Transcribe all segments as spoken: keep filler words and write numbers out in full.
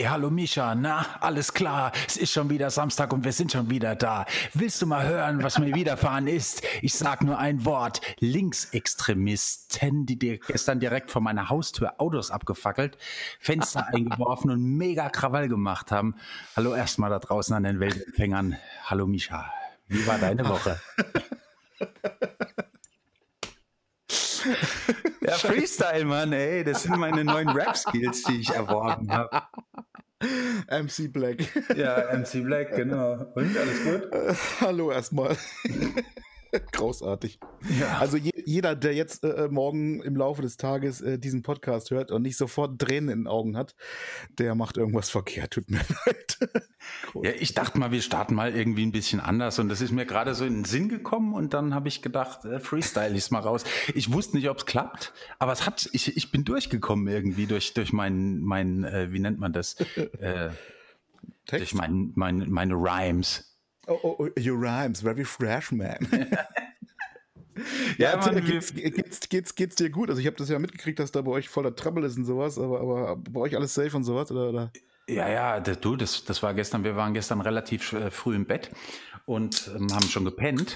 Hey, hallo Mischa, na, alles klar, es ist schon wieder Samstag und wir sind schon wieder da. Willst du mal hören, was mir widerfahren ist? Ich sag nur ein Wort, Linksextremisten, die dir gestern direkt vor meiner Haustür Autos abgefackelt, Fenster eingeworfen und mega Krawall gemacht haben. Hallo erstmal da draußen an den Weltempfängern. Hallo Mischa, wie war deine Woche? Ja, Freestyle, Mann, ey, das sind meine neuen Rap-Skills, die ich erworben habe. M C Black. Ja, M C Black, genau. Und, alles gut? Äh, hallo erstmal. Großartig. Ja. Also je, jeder, der jetzt äh, morgen im Laufe des Tages äh, diesen Podcast hört und nicht sofort Tränen in den Augen hat, der macht irgendwas verkehrt. Tut mir leid. Ja, ich dachte mal, wir starten mal irgendwie ein bisschen anders und das ist mir gerade so in den Sinn gekommen und dann habe ich gedacht, äh, Freestyle ist mal raus. Ich wusste nicht, ob es klappt, aber es hat, ich, ich bin durchgekommen irgendwie durch, durch mein, mein äh, wie nennt man das? Äh, durch mein, mein, meine Rhymes. Oh, oh, oh, your rhymes, very fresh, man. Ja, ja, Mann, Mann, geht's, geht's, geht's, geht's dir gut? Also ich habe das ja mitgekriegt, dass da bei euch voller Trouble ist und sowas, aber, aber bei euch alles safe und sowas, oder? oder? Ja, ja, das, du, das, das war gestern, wir waren gestern relativ äh, früh im Bett und ähm, haben schon gepennt.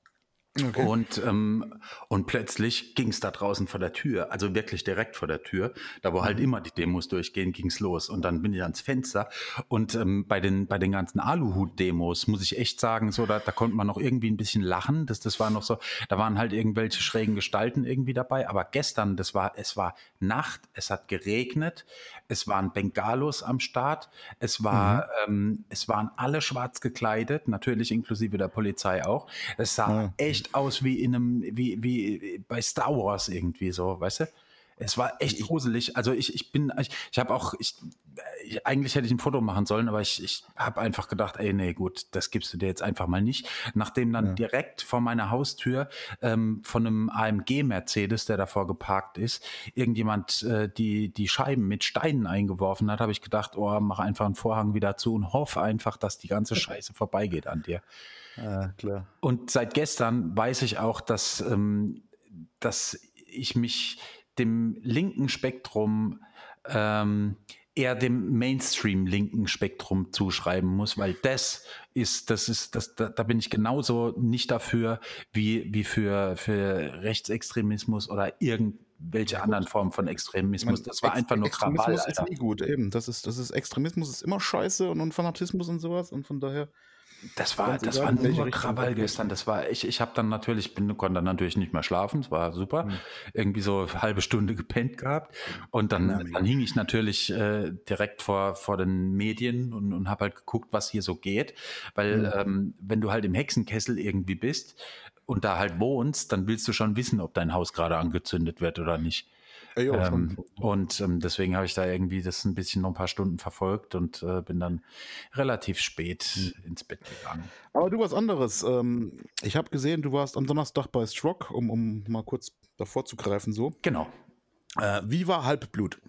Okay. Und, ähm, und plötzlich ging es da draußen vor der Tür, also wirklich direkt vor der Tür, da wo halt immer die Demos durchgehen, ging es los. Und dann bin ich ans Fenster und ähm, bei den bei den ganzen Aluhut-Demos muss ich echt sagen, so da, da konnte man noch irgendwie ein bisschen lachen. Das, das war noch so, da waren halt irgendwelche schrägen Gestalten irgendwie dabei. Aber gestern, das war, es war Nacht, es hat geregnet, es waren Bengalos am Start, es war, mhm. ähm, es waren alle schwarz gekleidet, natürlich inklusive der Polizei auch. Es sah ja. echt aus wie in einem, wie, wie bei Star Wars irgendwie so, weißt du? Es war echt gruselig. Also ich, ich bin, ich, ich habe auch, ich, ich, eigentlich hätte ich ein Foto machen sollen, aber ich, ich habe einfach gedacht, ey, nee, gut, das gibst du dir jetzt einfach mal nicht. Nachdem dann ja. direkt vor meiner Haustür ähm, von einem A M G-Mercedes, der davor geparkt ist, irgendjemand äh, die, die Scheiben mit Steinen eingeworfen hat, habe ich gedacht, oh, mach einfach einen Vorhang wieder zu und hoffe einfach, dass die ganze Scheiße vorbeigeht an dir. Ja, klar. Und seit gestern weiß ich auch, dass, ähm, dass ich mich dem linken Spektrum ähm, eher dem Mainstream-linken Spektrum zuschreiben muss, weil das ist, das ist, das, da, da bin ich genauso nicht dafür wie, wie für, für Rechtsextremismus oder irgendwelche ja, anderen Formen von Extremismus. Das war Ex- einfach nur Krawall. Extremismus Alter. Ist nie gut, eben. Das ist, das ist Extremismus ist immer scheiße und, und Fanatismus und sowas und von daher. Das war, das war nur Krawall gestern. Das war, ich, ich habe dann natürlich, bin, konnte dann natürlich nicht mehr schlafen. Es war super. Mhm. Irgendwie so eine halbe Stunde gepennt gehabt. Und dann, ja, dann hing ich natürlich äh, direkt vor, vor den Medien und, und habe halt geguckt, was hier so geht. Weil mhm. ähm, wenn du halt im Hexenkessel irgendwie bist und da halt wohnst, dann willst du schon wissen, ob dein Haus gerade angezündet wird oder nicht. Ja, ähm, und ähm, deswegen habe ich da irgendwie das ein bisschen noch ein paar Stunden verfolgt und äh, bin dann relativ spät mhm. ins Bett gegangen. Aber du was anderes. Ähm, ich habe gesehen, du warst am Donnerstag bei Strock, um, um mal kurz davor zu greifen. So. Genau. Äh, wie war Halbblut?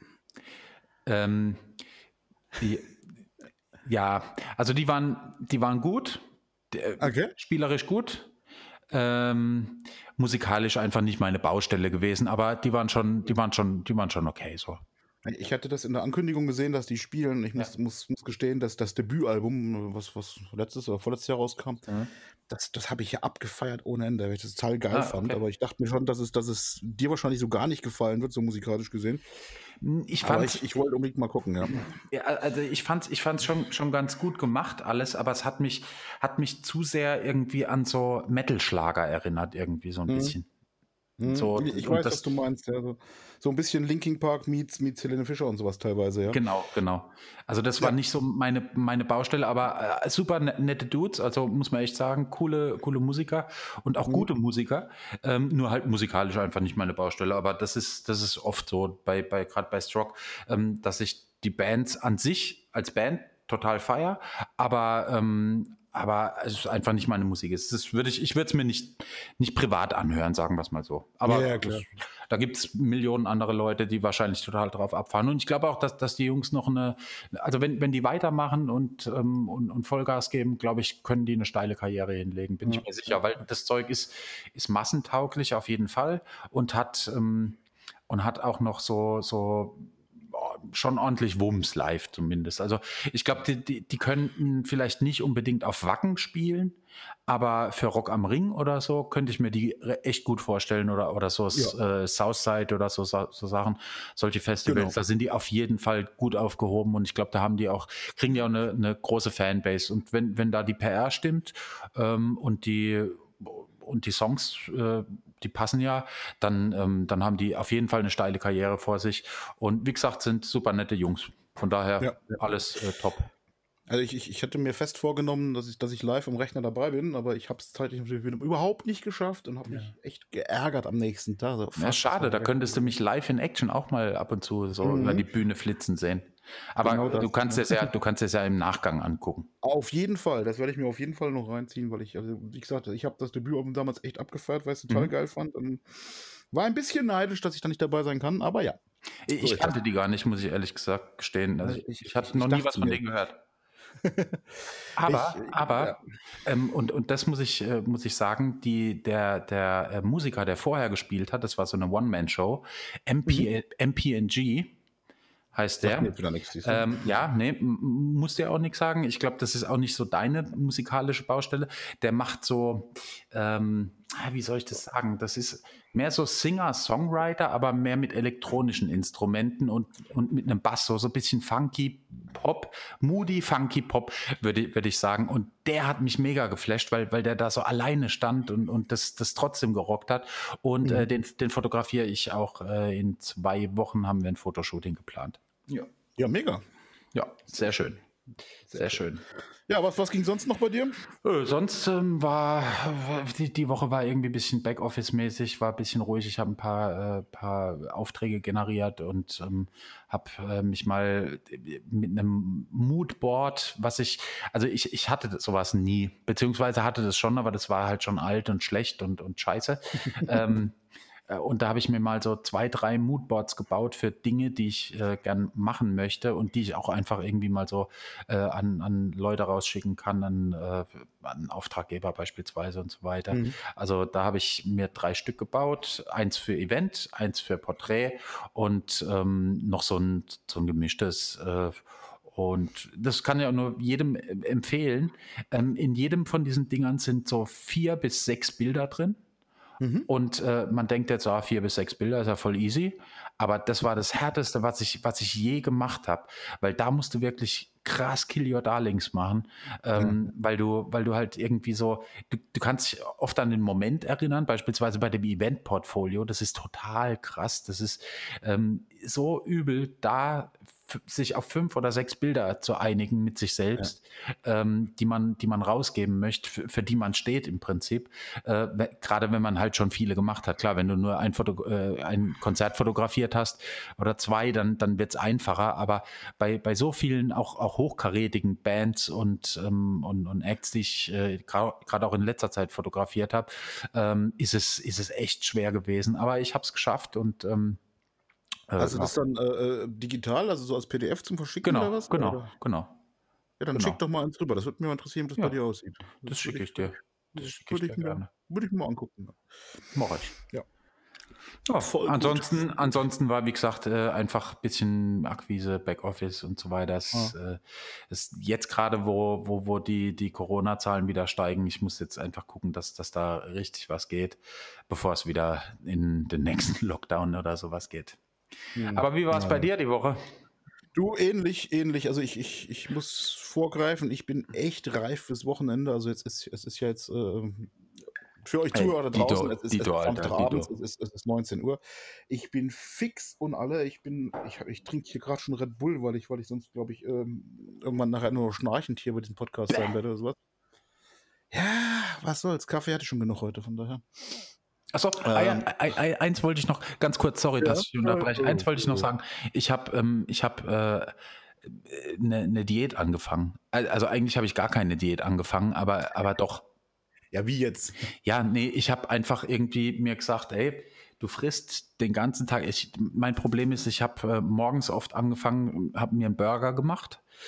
Ähm, die, ja, also die waren, die waren gut, okay. spielerisch gut. Ähm, musikalisch einfach nicht meine Baustelle gewesen, aber die waren schon, die waren schon, die waren schon okay so. Ich hatte das in der Ankündigung gesehen, dass die spielen. Ich muss, ja. muss, muss gestehen, dass das Debütalbum, was, was letztes oder vorletztes Jahr rauskam, mhm. das, das habe ich ja abgefeiert ohne Ende, weil ich das total geil ah, fand. Okay. Aber ich dachte mir schon, dass es, dass es dir wahrscheinlich so gar nicht gefallen wird, so musikalisch gesehen. Ich fand, ich, ich wollte unbedingt mal gucken, ja. ja also ich fand es ich fand's schon, schon ganz gut gemacht, alles, aber es hat mich, hat mich zu sehr irgendwie an so Metal-Schlager erinnert, irgendwie so ein mhm. bisschen. So, ich weiß, das, was du meinst. Ja. So, so ein bisschen Linkin Park meets, meets Helene Fischer und sowas teilweise. Ja. Genau, genau. Also das war ja. nicht so meine, meine Baustelle, aber äh, super nette Dudes, also muss man echt sagen, coole, coole Musiker und auch mhm. gute Musiker. Ähm, nur halt musikalisch einfach nicht meine Baustelle, aber das ist, das ist oft so, bei, bei gerade bei Strock, ähm, dass ich die Bands an sich als Band total feier, aber ähm, aber es ist einfach nicht meine Musik. Es ist, würde ich ich würde es mir nicht, nicht privat anhören, sagen wir es mal so. Aber ja, klar. Da gibt es Millionen andere Leute, die wahrscheinlich total drauf abfahren. Und ich glaube auch, dass, dass die Jungs noch eine, also wenn, wenn die weitermachen und, ähm, und, und Vollgas geben, glaube ich, können die eine steile Karriere hinlegen, bin ja. ich mir sicher. Weil das Zeug ist, ist massentauglich auf jeden Fall und hat, ähm, und hat auch noch so, so schon ordentlich Wumms live zumindest. Also ich glaube, die, die, die könnten vielleicht nicht unbedingt auf Wacken spielen, aber für Rock am Ring oder so könnte ich mir die echt gut vorstellen oder, oder so ja. äh, Southside oder so, so Sachen, solche Festivals, genau. Da sind die auf jeden Fall gut aufgehoben und ich glaube, da haben die auch, kriegen die auch eine, eine große Fanbase und wenn, wenn da die P R stimmt ähm, und die und die Songs, äh, die passen ja, dann, ähm, dann haben die auf jeden Fall eine steile Karriere vor sich und wie gesagt, sind super nette Jungs, von daher ja, ja. alles äh, top. Also ich, ich, ich hatte mir fest vorgenommen, dass ich, dass ich live am Rechner dabei bin, aber ich habe es zeitlich überhaupt nicht geschafft und habe mich ja. echt geärgert am nächsten Tag. So, ja, schade, da könntest du mich live in Action auch mal ab und zu so mhm. über die Bühne flitzen sehen. Aber genau das, du kannst es ja, du kannst es ja im Nachgang angucken. Auf jeden Fall, das werde ich mir auf jeden Fall noch reinziehen, weil ich, also wie gesagt, ich habe das Debütalbum damals echt abgefeiert, weil ich es total mhm. geil fand und war ein bisschen neidisch, dass ich da nicht dabei sein kann, aber ja. Ich, ich kannte die gar nicht, muss ich ehrlich gesagt gestehen. Also ich, ich, ich hatte noch nie was von denen gehört. aber, ich, aber ja. ähm, und, und das muss ich, äh, muss ich sagen, die, der, der äh, Musiker, der vorher gespielt hat, das war so eine One-Man-Show, M P N G heißt der. Sagt mir wieder nichts, ähm, ja, nee, muss dir auch nichts sagen. Ich glaube, das ist auch nicht so deine musikalische Baustelle. Der macht so, ähm, wie soll ich das sagen? Das ist mehr so Singer-Songwriter, aber mehr mit elektronischen Instrumenten und, und mit einem Bass, so, so ein bisschen funky Pop, moody funky Pop, würde würd ich sagen. Und der hat mich mega geflasht, weil, weil der da so alleine stand und, und das, das trotzdem gerockt hat. Und mhm. äh, den, den fotografiere ich auch. Äh, in zwei Wochen haben wir ein Fotoshooting geplant. Ja, ja, mega. Ja, sehr schön. Sehr, sehr schön. schön. Ja, was, was ging sonst noch bei dir? Äh, sonst ähm, war, die, die Woche war irgendwie ein bisschen Backoffice-mäßig, war ein bisschen ruhig. Ich habe ein paar, äh, paar Aufträge generiert und ähm, habe äh, mich mal mit einem Moodboard, was ich, also ich, ich hatte sowas nie, beziehungsweise hatte das schon, aber das war halt schon alt und schlecht und, und scheiße. ähm, Und da habe ich mir mal so zwei, drei Moodboards gebaut für Dinge, die ich äh, gern machen möchte und die ich auch einfach irgendwie mal so äh, an, an Leute rausschicken kann, an, äh, an Auftraggeber beispielsweise und so weiter. Mhm. Also da habe ich mir drei Stück gebaut, eins für Event, eins für Porträt und ähm, noch so ein, so ein gemischtes. Äh, Und das kann ja nur jedem empfehlen. Ähm, in jedem von diesen Dingern sind so vier bis sechs Bilder drin. Mhm. Und äh, man denkt jetzt, ah, vier bis sechs Bilder ist ja voll easy. Aber das war das Härteste, was ich, was ich je gemacht habe. Weil da musst du wirklich krass Kill Your Darlings machen. Ähm, ja. weil, du, weil du halt irgendwie so, du, du kannst dich oft an den Moment erinnern, beispielsweise bei dem Event-Portfolio. Das ist total krass. Das ist ähm, so übel, da sich auf fünf oder sechs Bilder zu einigen mit sich selbst, ja. ähm, die man, die man rausgeben möchte, für, für die man steht im Prinzip. Äh, gerade wenn man halt schon viele gemacht hat. Klar, wenn du nur ein, Foto, äh, ein Konzert fotografiert hast oder zwei, dann, dann wird es einfacher. Aber bei, bei so vielen auch, auch hochkarätigen Bands und, ähm, und, und Acts, die ich äh, gerade auch in letzter Zeit fotografiert habe, ähm, ist es, ist es echt schwer gewesen. Aber ich habe es geschafft und ähm, Also das dann äh, digital, also so als P D F zum Verschicken genau, oder was? Genau, oder? genau. Ja, dann genau. schick doch mal eins rüber. Das würde mich mal interessieren, wie das ja, bei dir aussieht. Das, das schicke ich dir. Das, das schicke ich dir gerne. Würde ich mir mal angucken. Mach ich. Ja. Ja, ansonsten, ansonsten war, wie gesagt, äh, einfach ein bisschen Akquise, Backoffice und so weiter. Es ah. äh, ist jetzt gerade, wo, wo, wo die, die Corona-Zahlen wieder steigen, ich muss jetzt einfach gucken, dass, dass da richtig was geht, bevor es wieder in den nächsten Lockdown oder sowas geht. Hm. Aber wie war es ja. bei dir die Woche? Du, ähnlich, ähnlich. Also ich, ich, ich muss vorgreifen, ich bin echt reif fürs Wochenende. Also jetzt ist es ist ja jetzt äh, für euch Zuhörer hey, draußen, Dito, es ist, Dito, es ist Alter, Samstagabend, es ist, es ist neunzehn Uhr. Ich bin fix und alle. Ich bin, ich, ich trinke hier gerade schon Red Bull, weil ich, weil ich sonst, glaube ich, ähm, irgendwann nachher nur schnarchend hier bei diesem Podcast sein werde oder sowas. Ja, was soll's. Kaffee hatte ich schon genug heute, von daher. Achso, ähm, eins wollte ich noch, ganz kurz, sorry, ja, dass ich unterbreche, eins wollte ich noch sagen, ich habe ähm, ich hab, äh, eine, eine Diät angefangen, also eigentlich habe ich gar keine Diät angefangen, aber, aber doch. Ja, wie jetzt? Ja, nee, ich habe einfach irgendwie mir gesagt, ey, du frisst den ganzen Tag, ich, mein Problem ist, ich habe äh, morgens oft angefangen, habe mir einen Burger gemacht,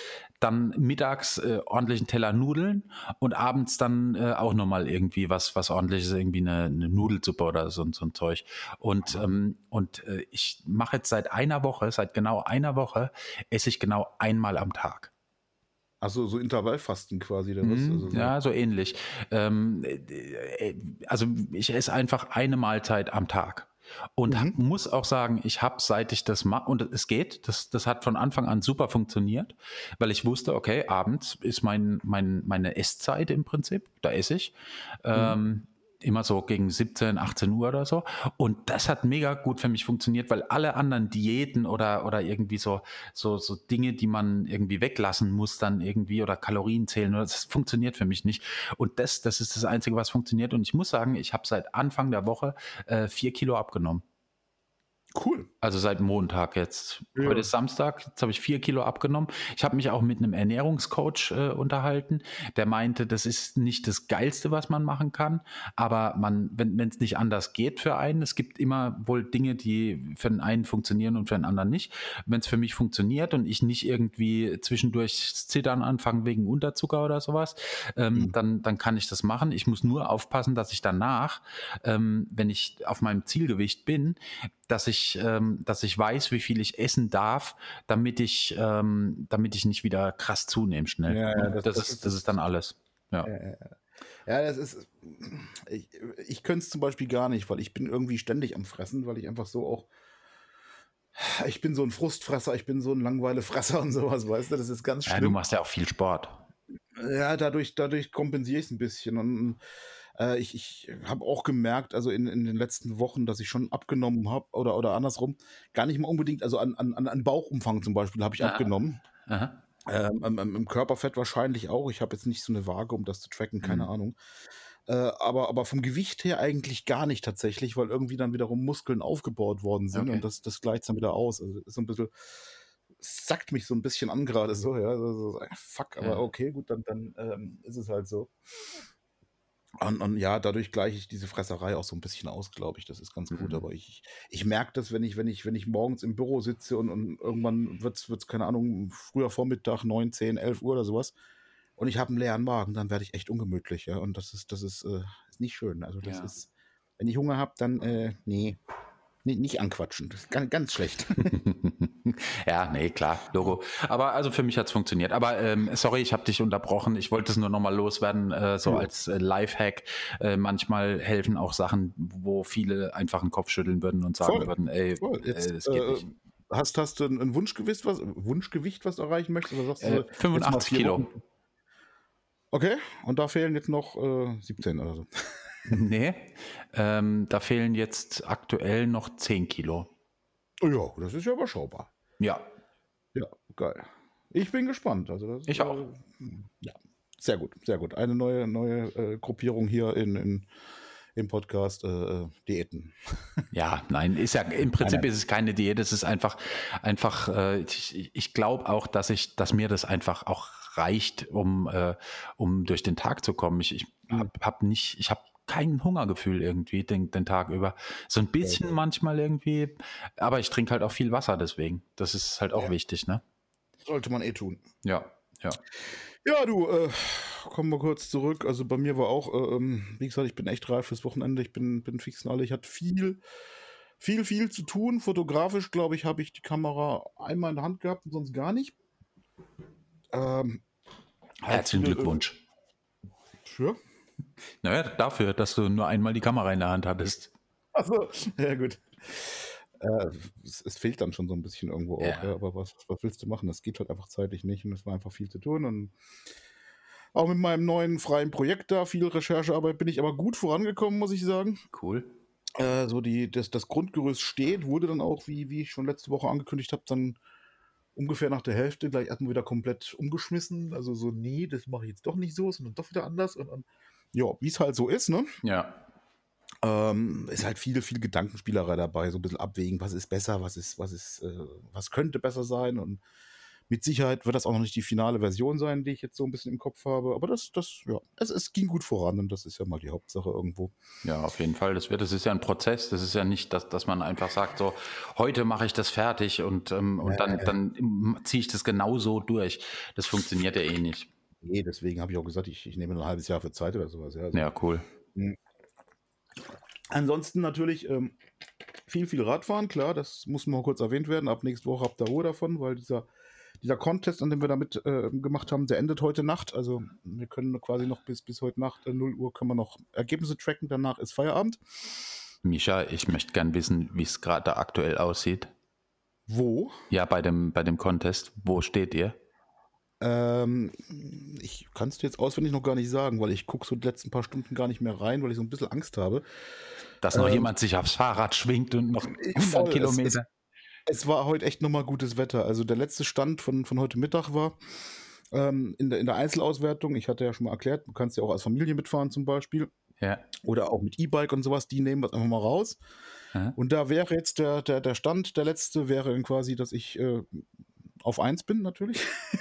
dann mittags äh, ordentlich einen Teller Nudeln und abends dann äh, auch nochmal irgendwie was, was ordentliches, irgendwie eine, eine Nudelsuppe oder so, so ein Zeug. Und, ähm, und äh, ich mache jetzt seit einer Woche, seit genau einer Woche, esse ich genau einmal am Tag. Also so Intervallfasten quasi, oder was? Mhm, Also so. ja, so ähnlich. Ähm, äh, also ich esse einfach eine Mahlzeit am Tag. Und Mhm. muss auch sagen, ich habe, seit ich das mache, und es geht, das, das hat von Anfang an super funktioniert, weil ich wusste, okay, abends ist mein, mein, meine Esszeit im Prinzip, da esse ich. Mhm. Ähm, immer so gegen siebzehn, achtzehn Uhr oder so. Und das hat mega gut für mich funktioniert, weil alle anderen Diäten oder, oder irgendwie so, so, so Dinge, die man irgendwie weglassen muss, dann irgendwie oder Kalorien zählen, das funktioniert für mich nicht. Und das, das ist das Einzige, was funktioniert. Und ich muss sagen, ich habe seit Anfang der Woche äh, vier Kilo abgenommen. Cool. Also seit Montag jetzt. Ja. Heute ist Samstag, jetzt habe ich vier Kilo abgenommen. Ich habe mich auch mit einem Ernährungscoach äh, unterhalten, der meinte, das ist nicht das Geilste, was man machen kann, aber man, wenn es nicht anders geht für einen, es gibt immer wohl Dinge, die für den einen funktionieren und für den anderen nicht. Wenn es für mich funktioniert und ich nicht irgendwie zwischendurch zittern anfange wegen Unterzucker oder sowas, ähm, Mhm. dann, dann kann ich das machen. Ich muss nur aufpassen, dass ich danach, ähm, wenn ich auf meinem Zielgewicht bin, dass ich, ähm, dass ich weiß, wie viel ich essen darf, damit ich, ähm, damit ich nicht wieder krass zunehme schnell. Ja, ja, Und das, das das ist, ist das ist das. dann alles. Ja. Ja, ja, ja. Ja, das ist. Ich, ich könnte es zum Beispiel gar nicht, weil ich bin irgendwie ständig am Fressen, weil ich einfach so auch. Ich bin so ein Frustfresser, ich bin so ein Langweilefresser und sowas, weißt du, das ist ganz Ja, du schlimm. machst ja auch viel Sport. Ja, dadurch, dadurch kompensiere ich es ein bisschen. Und äh, ich, ich habe auch gemerkt, also in, in den letzten Wochen, dass ich schon abgenommen habe oder, oder andersrum, gar nicht mal unbedingt, also an, an, an Bauchumfang zum Beispiel habe ich Aha. abgenommen. Aha. Ähm, im, im Körperfett wahrscheinlich auch. Ich habe jetzt nicht so eine Waage, um das zu tracken, keine Mhm. Ahnung. Äh, aber, aber vom Gewicht her eigentlich gar nicht tatsächlich, weil irgendwie dann wiederum Muskeln aufgebaut worden sind Okay. und das, das gleicht dann wieder aus. Also ist so ein bisschen, sackt mich so ein bisschen an gerade so, ja. So, so, fuck, aber Ja. okay, gut, dann, dann ähm, ist es halt so. Und, und ja, dadurch gleiche ich diese Fresserei auch so ein bisschen aus, glaube ich. Das ist ganz gut. Mhm. Aber ich, ich merke das, wenn ich, wenn ich, wenn ich morgens im Büro sitze und, und irgendwann wird es, keine Ahnung, früher Vormittag, neun, zehn, elf Uhr oder sowas, und ich habe einen leeren Magen, dann werde ich echt ungemütlich, ja. Und das ist, das ist, äh, ist nicht schön. Also das Ja. ist, wenn ich Hunger habe, dann, äh, nee, nee, nicht anquatschen. Das ist ganz, ganz schlecht. Ja, nee, klar, Logo. Aber also für mich hat es funktioniert. Aber ähm, sorry, ich habe dich unterbrochen. Ich wollte es nur nochmal loswerden, äh, so Ja. als äh, Lifehack. Äh, manchmal helfen auch Sachen, wo viele einfach den Kopf schütteln würden und sagen Voll, würden, ey, voll. äh, Jetzt, das geht äh, nicht. hast, hast du ein, ein Wunschgewicht, was, Wunschgewicht, was du erreichen möchtest? Oder sagst du Äh, so, jetzt mal fünfundachtzig vier Kilo. Wochen? Okay, und da fehlen jetzt noch äh, siebzehn oder so. Nee, ähm, da fehlen jetzt aktuell noch zehn Kilo. Ja, das ist ja überschaubar. Ja, Ja, geil. Ich bin gespannt. Also das, ich auch. äh, ja, sehr gut, sehr gut. Eine neue, neue äh, Gruppierung hier in, in, im Podcast, äh, äh, Diäten. Ja, nein, ist ja im Nein, Prinzip nein. ist es keine Diät, es ist einfach, einfach, äh, ich, ich glaube auch, dass ich, dass mir das einfach auch reicht, um, äh, um durch den Tag zu kommen. Ich, ich habe Hm. hab nicht, ich habe kein Hungergefühl irgendwie den, den Tag über. So ein Geil, bisschen geil. manchmal irgendwie, aber ich trinke halt auch viel Wasser deswegen. Das ist halt auch Ja, wichtig, ne? sollte man eh tun. Ja, ja. Ja, du, äh, kommen wir kurz zurück. Also bei mir war auch, äh, ähm, wie gesagt, ich bin echt reif fürs Wochenende. Ich bin, bin fix und alle. Ich hatte viel, viel, viel zu tun. Fotografisch, glaube ich, habe ich die Kamera einmal in der Hand gehabt und sonst gar nicht. Ähm, halt Herzlichen viele, äh, Glückwunsch. für? Naja, dafür, dass du nur einmal die Kamera in der Hand hattest. Achso, ja gut. Äh, es, es fehlt dann schon so ein bisschen irgendwo auch, ja, Ja, aber was, was willst du machen? Das geht halt einfach zeitlich nicht und es war einfach viel zu tun und auch mit meinem neuen freien Projekt da, viel Recherchearbeit, bin ich aber gut vorangekommen, muss ich sagen. cool. Äh, so die, das, das Grundgerüst steht, wurde dann auch, wie, wie ich schon letzte Woche angekündigt habe, dann ungefähr nach der Hälfte gleich erstmal wieder komplett umgeschmissen. Also so, nee, das mache ich jetzt doch nicht so, sondern doch wieder anders. Und, und ja, wie es halt so ist, ne? Ja, Ähm, ist halt viel, viel Gedankenspielerei dabei, so ein bisschen abwägen, was ist besser, was ist, was ist, äh, was könnte besser sein und Mit Sicherheit wird das auch noch nicht die finale Version sein, die ich jetzt so ein bisschen im Kopf habe, aber das, das, ja, es, es ging gut voran und das ist ja mal die Hauptsache irgendwo. Ja, auf jeden Fall. Das wird, das ist ja ein Prozess. Das ist ja nicht, dass, dass man einfach sagt, so, heute mache ich das fertig und, ähm, und dann, dann ziehe ich das genauso durch. Das funktioniert ja eh nicht. Nee, deswegen habe ich auch gesagt, ich, ich nehme ein halbes Jahr für Zeit oder sowas. Ja, also, Ja, cool. mh. Ansonsten natürlich ähm, viel, viel Radfahren, klar, das muss mal kurz erwähnt werden. Ab nächste Woche habt ihr Ruhe davon, weil dieser, dieser Contest, an dem wir da mit äh, gemacht haben, der endet heute Nacht. Also wir können quasi noch bis, bis heute Nacht, äh, null Uhr, können wir noch Ergebnisse tracken. Danach ist Feierabend. Mischa, ich möchte gern wissen, wie es gerade aktuell aussieht. Wo? Ja, bei dem, bei dem Contest. Wo steht ihr? Ähm, ich kann es dir jetzt auswendig noch gar nicht sagen, weil ich gucke so die letzten paar Stunden gar nicht mehr rein, weil ich so ein bisschen Angst habe. Dass noch ähm, jemand sich aufs Fahrrad schwingt und noch hundert Kilometer. Es, es, es war heute echt nochmal gutes Wetter. Also der letzte Stand von, von heute Mittag war ähm, in, der, in der Einzelauswertung. Ich hatte ja schon mal erklärt, du kannst ja auch als Familie mitfahren zum Beispiel. Ja. Oder auch mit E-Bike und sowas. Die nehmen wir einfach mal raus. Aha. Und da wäre jetzt der, der, der Stand, der letzte wäre quasi, dass ich äh, auf eins bin natürlich.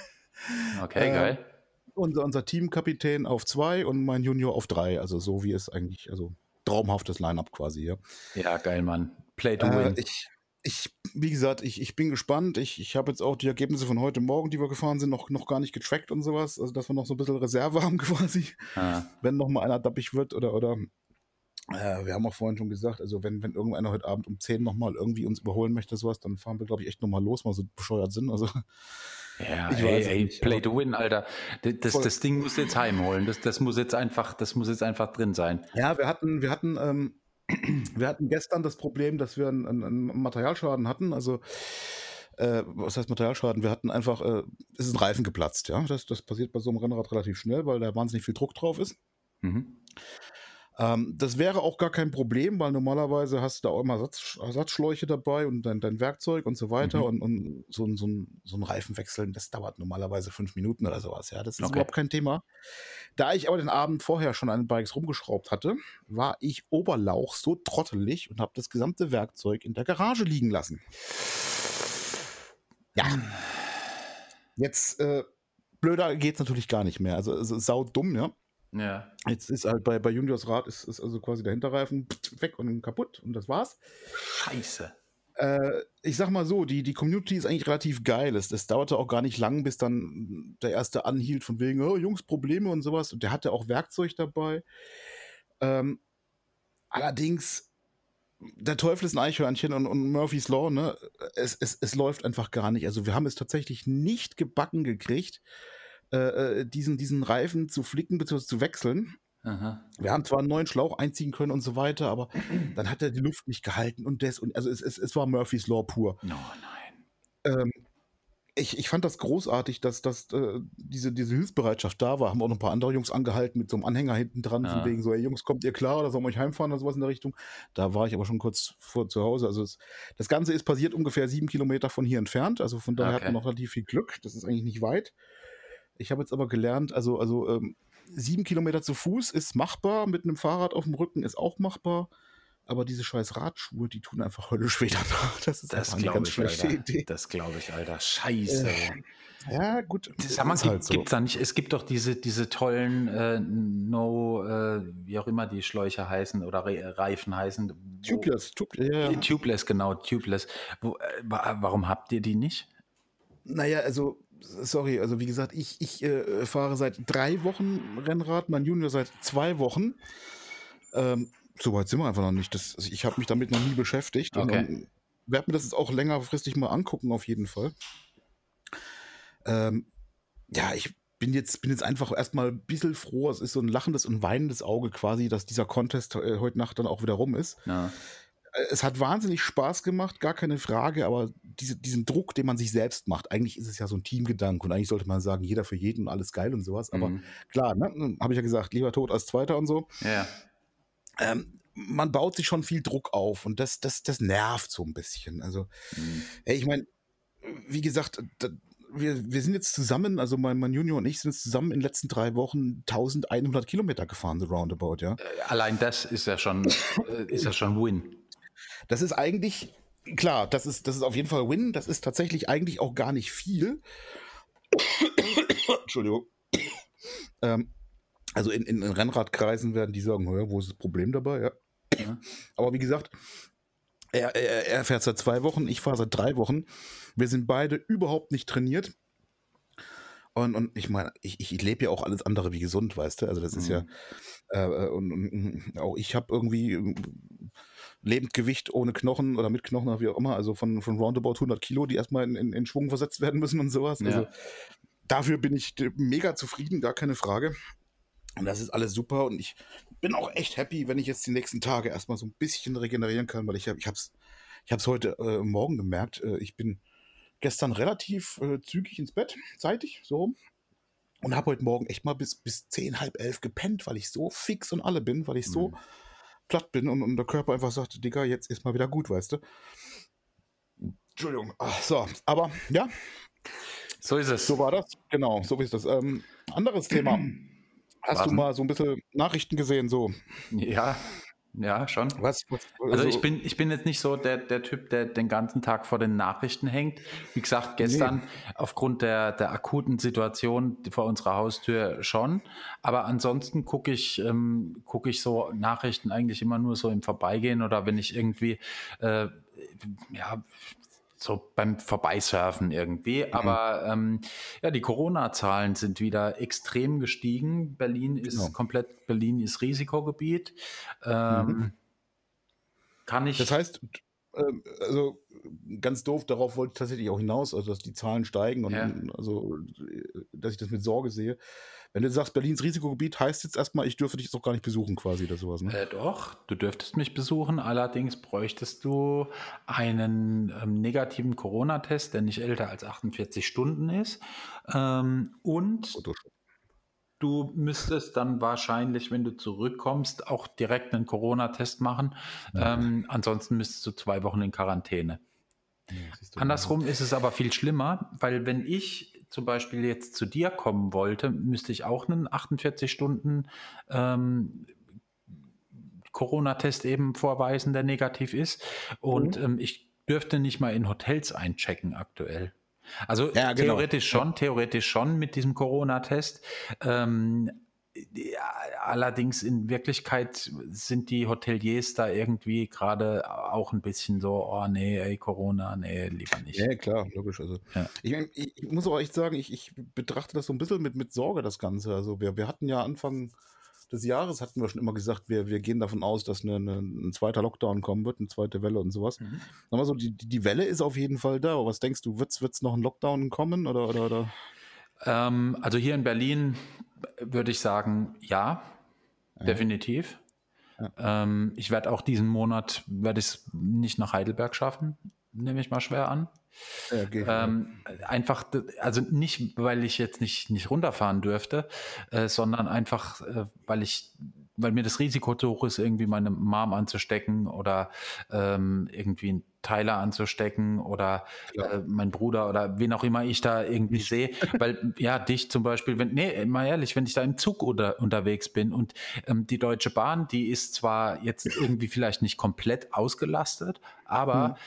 Okay, äh, geil. Unser, unser Teamkapitän auf zwei und mein Junior auf drei. Also so wie es eigentlich, also traumhaftes Line-Up quasi, ja. Ja, geil, Mann. Play to äh, win. Ich, ich, wie gesagt, ich, ich bin gespannt. Ich, ich habe jetzt auch die Ergebnisse von heute Morgen, die wir gefahren sind, noch, noch gar nicht getrackt und sowas. Also dass wir noch so ein bisschen Reserve haben quasi. Ah. Wenn noch mal einer dappig wird oder, oder äh, wir haben auch vorhin schon gesagt, also wenn, wenn irgendeiner heute Abend um zehn nochmal irgendwie uns überholen möchte, sowas, dann fahren wir, glaube ich, echt nochmal los, mal so bescheuert sind. Also ja, ich ey, ey nicht, Play to win, Alter. Das, das Ding muss jetzt heimholen. Das, das muss jetzt einfach, das muss jetzt einfach drin sein. Ja, wir hatten, wir hatten, ähm, wir hatten gestern das Problem, dass wir einen, einen Materialschaden hatten. Also, äh, was heißt Materialschaden? Wir hatten einfach, äh, es ist ein Reifen geplatzt. Ja, das, das passiert bei so einem Rennrad relativ schnell, weil da wahnsinnig viel Druck drauf ist. Mhm. Ähm, das wäre auch gar kein Problem, weil normalerweise hast du da auch immer Ersatz, Ersatzschläuche dabei und dein, dein Werkzeug und so weiter. Mhm. Und, und so, so, ein, so ein Reifen wechseln, das dauert normalerweise fünf Minuten oder sowas. Ja, das ist okay. Überhaupt kein Thema. Da ich aber den Abend vorher schon an den Bikes rumgeschraubt hatte, war ich Oberlauch so trottelig und habe das gesamte Werkzeug in der Garage liegen lassen. Ja. Jetzt, äh, blöder geht's natürlich gar nicht mehr. Also, also sau dumm, ja. Ja. Jetzt ist halt bei, bei Juniors Rad ist, ist also quasi der Hinterreifen weg und kaputt und das war's. Scheiße. Äh, ich sag mal so, die, die Community ist eigentlich relativ geil. Es, es dauerte auch gar nicht lang, bis dann der erste anhielt von wegen, oh, Jungs, Probleme und sowas. Und der hatte auch Werkzeug dabei. Ähm, allerdings, der Teufel ist ein Eichhörnchen und, und Murphy's Law, ne? Es, es, es läuft einfach gar nicht. Also wir haben es tatsächlich nicht gebacken gekriegt, äh, diesen, diesen Reifen zu flicken bzw. zu wechseln. Aha. Wir haben zwar einen neuen Schlauch einziehen können und so weiter, aber dann hat er die Luft nicht gehalten und das und also es, es, es war Murphy's Law pur. Oh nein. Ähm, ich, ich fand das großartig, dass, dass äh, diese, diese Hilfsbereitschaft da war. Haben auch noch ein paar andere Jungs angehalten mit so einem Anhänger hinten dran, ja. Von wegen so, ey Jungs, kommt ihr klar oder sollen wir euch heimfahren oder sowas in der Richtung. Da war ich aber schon kurz vor zu Hause. Also es, das Ganze ist passiert ungefähr sieben Kilometer von hier entfernt. Also von daher okay. Hat man noch relativ viel Glück. Das ist eigentlich nicht weit. Ich habe jetzt aber gelernt, also, also ähm, sieben Kilometer zu Fuß ist machbar, mit einem Fahrrad auf dem Rücken ist auch machbar, aber diese scheiß Radschuhe, die tun einfach höllisch weh danach. Das ist das einfach eine ganz ich, schlechte Alter. Idee. Das glaube ich, Alter. Scheiße. Äh, ja, gut. Sag mal, gibt, halt so. Gibt's da nicht, es gibt doch diese, diese tollen äh, No, äh, wie auch immer die Schläuche heißen oder Re- Reifen heißen. Tubeless. Tub- ja, ja. Tubeless, genau, Tubeless. Wo, äh, warum habt ihr die nicht? Naja, also sorry, also wie gesagt, ich, ich äh, fahre seit drei Wochen Rennrad, mein Junior seit zwei Wochen. Ähm, so weit sind wir einfach noch nicht. Das, also ich habe mich damit noch nie beschäftigt okay. und, und werde mir das jetzt auch längerfristig mal angucken, auf jeden Fall. Ähm, ja, ich bin jetzt, bin jetzt einfach erstmal ein bisschen froh. Es ist so ein lachendes und weinendes Auge quasi, dass dieser Contest äh, heute Nacht dann auch wieder rum ist. Ja. Es hat wahnsinnig Spaß gemacht, gar keine Frage, aber diese, diesen Druck, den man sich selbst macht, eigentlich ist es ja so ein Teamgedanke und eigentlich sollte man sagen, jeder für jeden und alles geil und sowas, aber mhm. klar, ne, habe ich ja gesagt, lieber tot als Zweiter und so. Ja. Ähm, man baut sich schon viel Druck auf und das, das, das nervt so ein bisschen. Also, mhm. ey, ich meine, wie gesagt, da, wir, wir sind jetzt zusammen, also mein, mein Junior und ich sind jetzt zusammen in den letzten drei Wochen eintausendeinhundert Kilometer gefahren, so roundabout, ja. Allein das ist ja schon, ist ja schon Win. Das ist eigentlich, klar, das ist, das ist auf jeden Fall Win. Das ist tatsächlich eigentlich auch gar nicht viel. Entschuldigung. Ähm, also in, in, in Rennradkreisen werden die sagen, naja, wo ist das Problem dabei? Ja. Ja. Aber wie gesagt, er, er, er fährt seit zwei Wochen, ich fahre seit drei Wochen. Wir sind beide überhaupt nicht trainiert. Und, und ich meine, ich, ich lebe ja auch alles andere wie gesund, weißt du? Also das ist mhm. ja, äh, und, und auch ich habe irgendwie Lebendgewicht ohne Knochen oder mit Knochen oder wie auch immer, also von, von roundabout hundert Kilo, die erstmal in, in, in Schwung versetzt werden müssen und sowas. Ja. Also dafür bin ich mega zufrieden, gar keine Frage. Und das ist alles super und ich bin auch echt happy, wenn ich jetzt die nächsten Tage erstmal so ein bisschen regenerieren kann, weil ich habe ich hab's, ich hab's heute äh, Morgen gemerkt, äh, ich bin gestern relativ äh, zügig ins Bett, zeitig, so rum. Und habe heute Morgen echt mal bis, bis zehn, halb elf gepennt, weil ich so fix und alle bin, weil ich so mhm. platt bin und, und der Körper einfach sagte, Digga, jetzt ist mal wieder gut, weißt du. Entschuldigung. Ach, so, aber ja. So ist es. So war das, genau, so ist das. Ähm, anderes Thema. Hast Warten. du mal so ein bisschen Nachrichten gesehen, so? Ja. Ja, schon. Was, was, also, also ich bin, ich bin jetzt nicht so der, der Typ, der den ganzen Tag vor den Nachrichten hängt. Wie gesagt, gestern nee. aufgrund der, der akuten Situation vor unserer Haustür schon. Aber ansonsten gucke ich, ähm, gucke ich so Nachrichten eigentlich immer nur so im Vorbeigehen oder wenn ich irgendwie, äh, ja, so beim Vorbeisurfen irgendwie. Mhm. Aber ähm, ja, die Corona-Zahlen sind wieder extrem gestiegen. Berlin ist genau. komplett, Berlin ist Risikogebiet. Ähm, mhm. Kann ich. Das heißt, äh, also ganz doof, darauf wollte ich tatsächlich auch hinaus, also dass die Zahlen steigen und ja. also, dass ich das mit Sorge sehe. Wenn du sagst, Berlins Risikogebiet, heißt jetzt erstmal, ich dürfte dich jetzt auch gar nicht besuchen quasi oder sowas, ne? Äh, doch, du dürftest mich besuchen, allerdings bräuchtest du einen ähm, negativen Corona-Test, der nicht älter als achtundvierzig Stunden ist. Ähm, und oh, du müsstest dann wahrscheinlich, wenn du zurückkommst, auch direkt einen Corona-Test machen. Ja. Ähm, ansonsten müsstest du zwei Wochen in Quarantäne. Ja, Andersrum ist es aber viel schlimmer, weil wenn ich zum Beispiel jetzt zu dir kommen wollte, müsste ich auch einen achtundvierzig Stunden ähm, Corona-Test eben vorweisen, der negativ ist. Und mhm. ähm, ich dürfte nicht mal in Hotels einchecken aktuell. Also ja, genau. theoretisch schon, ja. theoretisch schon mit diesem Corona-Test. Ähm, ja, allerdings in Wirklichkeit sind die Hoteliers da irgendwie gerade auch ein bisschen so, oh nee, ey, Corona, nee, lieber nicht. Ja, klar, logisch. Also ja. ich, ich, ich muss auch echt sagen, ich, ich betrachte das so ein bisschen mit, mit Sorge, das Ganze. Also wir, wir hatten ja Anfang des Jahres, hatten wir schon immer gesagt, wir, wir gehen davon aus, dass eine, eine, ein zweiter Lockdown kommen wird, eine zweite Welle und sowas. Mhm. Aber so, die, die Welle ist auf jeden Fall da. Aber was denkst du, wird es noch ein Lockdown kommen oder, oder, oder? Ähm, also hier in Berlin würde ich sagen, ja, ja. definitiv. Ja. Ähm, ich werde auch diesen Monat, werde ich es nicht nach Heidelberg schaffen, nehme ich mal schwer an. Ja, okay. ähm, einfach, also nicht, weil ich jetzt nicht, nicht runterfahren dürfte, äh, sondern einfach, äh, weil ich, weil mir das Risiko zu hoch ist, irgendwie meine Mom anzustecken oder ähm, irgendwie einen Tyler anzustecken oder äh, mein Bruder oder wen auch immer ich da irgendwie ich. sehe, weil ja, dich zum Beispiel, wenn, nee, mal ehrlich, wenn ich da im Zug oder, unterwegs bin und ähm, die Deutsche Bahn, die ist zwar jetzt irgendwie vielleicht nicht komplett ausgelastet, aber hm.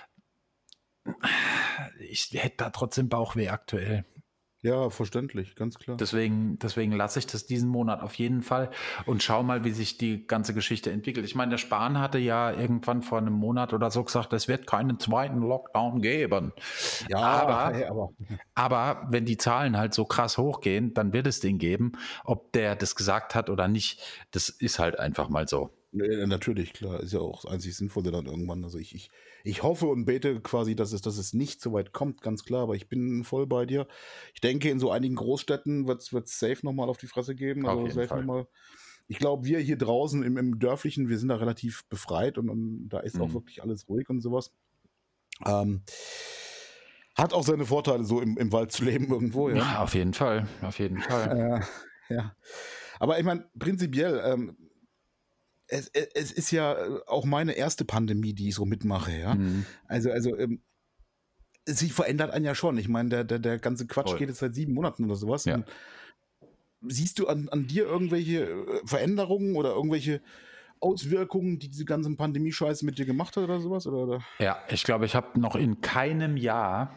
ich hätte da trotzdem Bauchweh aktuell. Ja, verständlich, ganz klar. Deswegen, deswegen lasse ich das diesen Monat auf jeden Fall und schau mal, wie sich die ganze Geschichte entwickelt. Ich meine, der Spahn hatte ja irgendwann vor einem Monat oder so gesagt, es wird keinen zweiten Lockdown geben. Ja, aber, hey, aber. aber wenn die Zahlen halt so krass hochgehen, dann wird es den geben. Ob der das gesagt hat oder nicht, das ist halt einfach mal so. Nee, natürlich, klar, ist ja auch das einzig Sinnvolle dann irgendwann. Also ich, ich, ich hoffe und bete quasi, dass es, dass es nicht so weit kommt, ganz klar, aber ich bin voll bei dir. Ich denke, in so einigen Großstädten wird es safe nochmal auf die Fresse geben. Also safe nochmal. Ich glaube, wir hier draußen im, im Dörflichen, wir sind da relativ befreit und, und da ist mhm. auch wirklich alles ruhig und sowas. Ähm, hat auch seine Vorteile, so im, im Wald zu leben irgendwo. Ja, ja auf jeden Fall, auf jeden Fall. Äh, ja, aber ich meine, prinzipiell, ähm, Es, es ist ja auch meine erste Pandemie, die ich so mitmache, ja. Mhm. Also, also ähm, sie verändert einen ja schon. Ich meine, der, der, der ganze Quatsch Voll. geht jetzt seit sieben Monaten oder sowas. Ja. Und siehst du an, an dir irgendwelche Veränderungen oder irgendwelche Auswirkungen, die diese ganze Pandemie-Scheiße mit dir gemacht hat oder sowas? Oder, oder? Ja, ich glaube, ich habe noch in keinem Jahr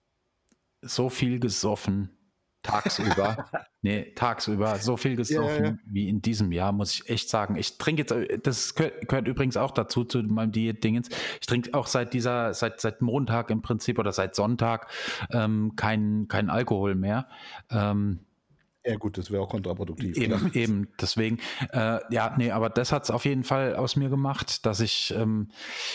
so viel gesoffen tagsüber. Nee, tagsüber so viel Ja, ja, ja. gesoffen wie in diesem Jahr, muss ich echt sagen. Ich trinke jetzt, äh, das gehört, gehört übrigens auch dazu, zu meinem Diät-Dingens. Ich trinke auch seit dieser, seit, seit Montag im Prinzip oder seit Sonntag ähm, kein, kein Alkohol mehr. Ähm, Ja, gut, das wäre auch kontraproduktiv, klar. Eben, eben, deswegen, äh, ja, nee, aber das hat es auf jeden Fall aus mir gemacht, dass ich, ähm,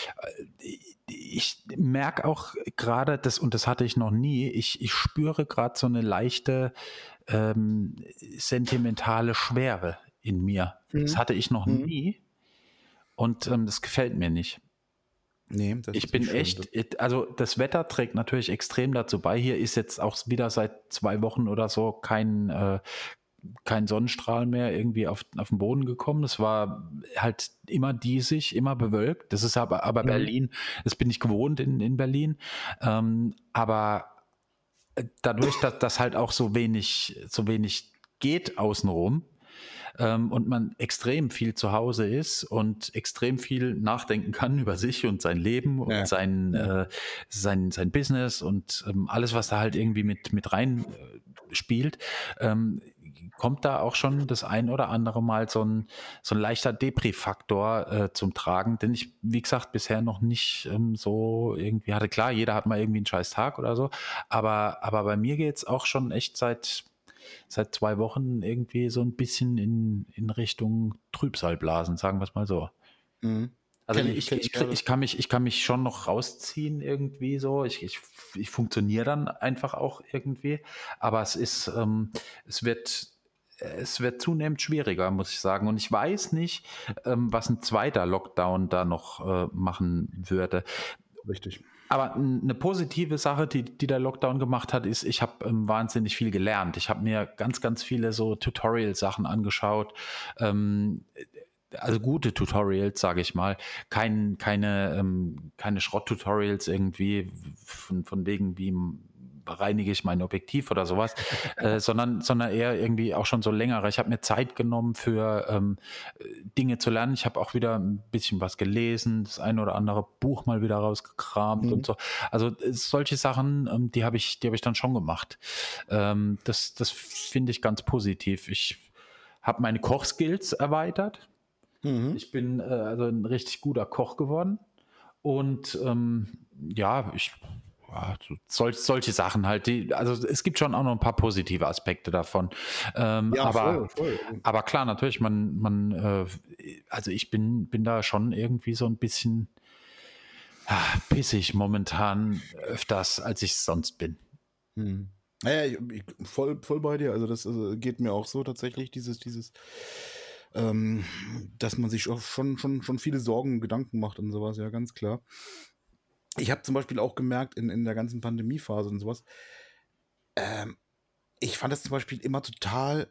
ich merke auch gerade, das, und das hatte ich noch nie, ich, ich spüre gerade so eine leichte ähm, sentimentale Schwere in mir. Das Mhm. hatte ich noch Mhm. nie und ähm, das gefällt mir nicht. Nee, das Ich ist nicht bin schön. Das, echt, also das Wetter trägt natürlich extrem dazu bei. Hier ist jetzt auch wieder seit zwei Wochen oder so kein, äh, kein Sonnenstrahl mehr irgendwie auf, auf den Boden gekommen. Es war halt immer diesig, immer bewölkt. Das ist aber, aber mhm. Berlin, das bin ich gewohnt in, in Berlin. Ähm, aber dadurch, dass das halt auch so wenig, so wenig geht außenrum, ähm, und man extrem viel zu Hause ist und extrem viel nachdenken kann über sich und sein Leben und Ja, sein, ja. äh, sein, sein Business und ähm, alles, was da halt irgendwie mit, mit rein äh, spielt, ähm, kommt da auch schon das ein oder andere Mal so ein, so ein leichter Depri-Faktor äh, zum Tragen, den ich, wie gesagt, bisher noch nicht ähm, so irgendwie hatte. Klar, jeder hat mal irgendwie einen scheiß Tag oder so, aber, aber bei mir geht es auch schon echt seit seit zwei Wochen irgendwie so ein bisschen in, in Richtung Trübsalblasen, sagen wir es mal so. Mhm. Also Kenne ich, ich, kenne ich, ich, ja. krieg- ich, kann mich, ich kann mich schon noch rausziehen irgendwie so. Ich, ich, ich funktioniere dann einfach auch irgendwie. Aber es ist, ähm, es wird, es wird zunehmend schwieriger, muss ich sagen. Und ich weiß nicht, ähm, was ein zweiter Lockdown da noch äh, machen würde. Richtig. Aber eine positive Sache, die, die der Lockdown gemacht hat, ist, ich habe ähm, wahnsinnig viel gelernt. Ich habe mir ganz, ganz viele so Tutorial-Sachen angeschaut. Ähm, also gute Tutorials, sage ich mal. Kein, keine, ähm, keine Schrott-Tutorials irgendwie von, von wegen, wie bereinige ich mein Objektiv oder sowas, äh, sondern, sondern eher irgendwie auch schon so längere. Ich habe mir Zeit genommen für ähm, Dinge zu lernen. Ich habe auch wieder ein bisschen was gelesen, das ein oder andere Buch mal wieder rausgekramt und Mhm. so. Also äh, solche Sachen, ähm, die habe ich, die habe ich dann schon gemacht. Ähm, das das finde ich ganz positiv. Ich habe meine Kochskills erweitert. Mhm. Ich bin äh, also ein richtig guter Koch geworden. Und ähm, ja, ich ja, so, solch, solche Sachen halt. Die, also es gibt schon auch noch ein paar positive Aspekte davon. Ähm, Ja, voll, aber, voll. aber klar, natürlich, man, man, äh, also ich bin, bin da schon irgendwie so ein bisschen ah, pissig momentan öfters, als ich sonst bin. Mhm. Ja, ja, ich, ich, voll, voll bei dir. Also das also, geht mir auch so tatsächlich, dieses, dieses, ähm, dass man sich auch schon, schon, schon viele Sorgen und Gedanken macht und sowas, ja, ganz klar. Ich habe zum Beispiel auch gemerkt, in, in der ganzen Pandemiephase und sowas, ähm, ich fand das zum Beispiel immer total,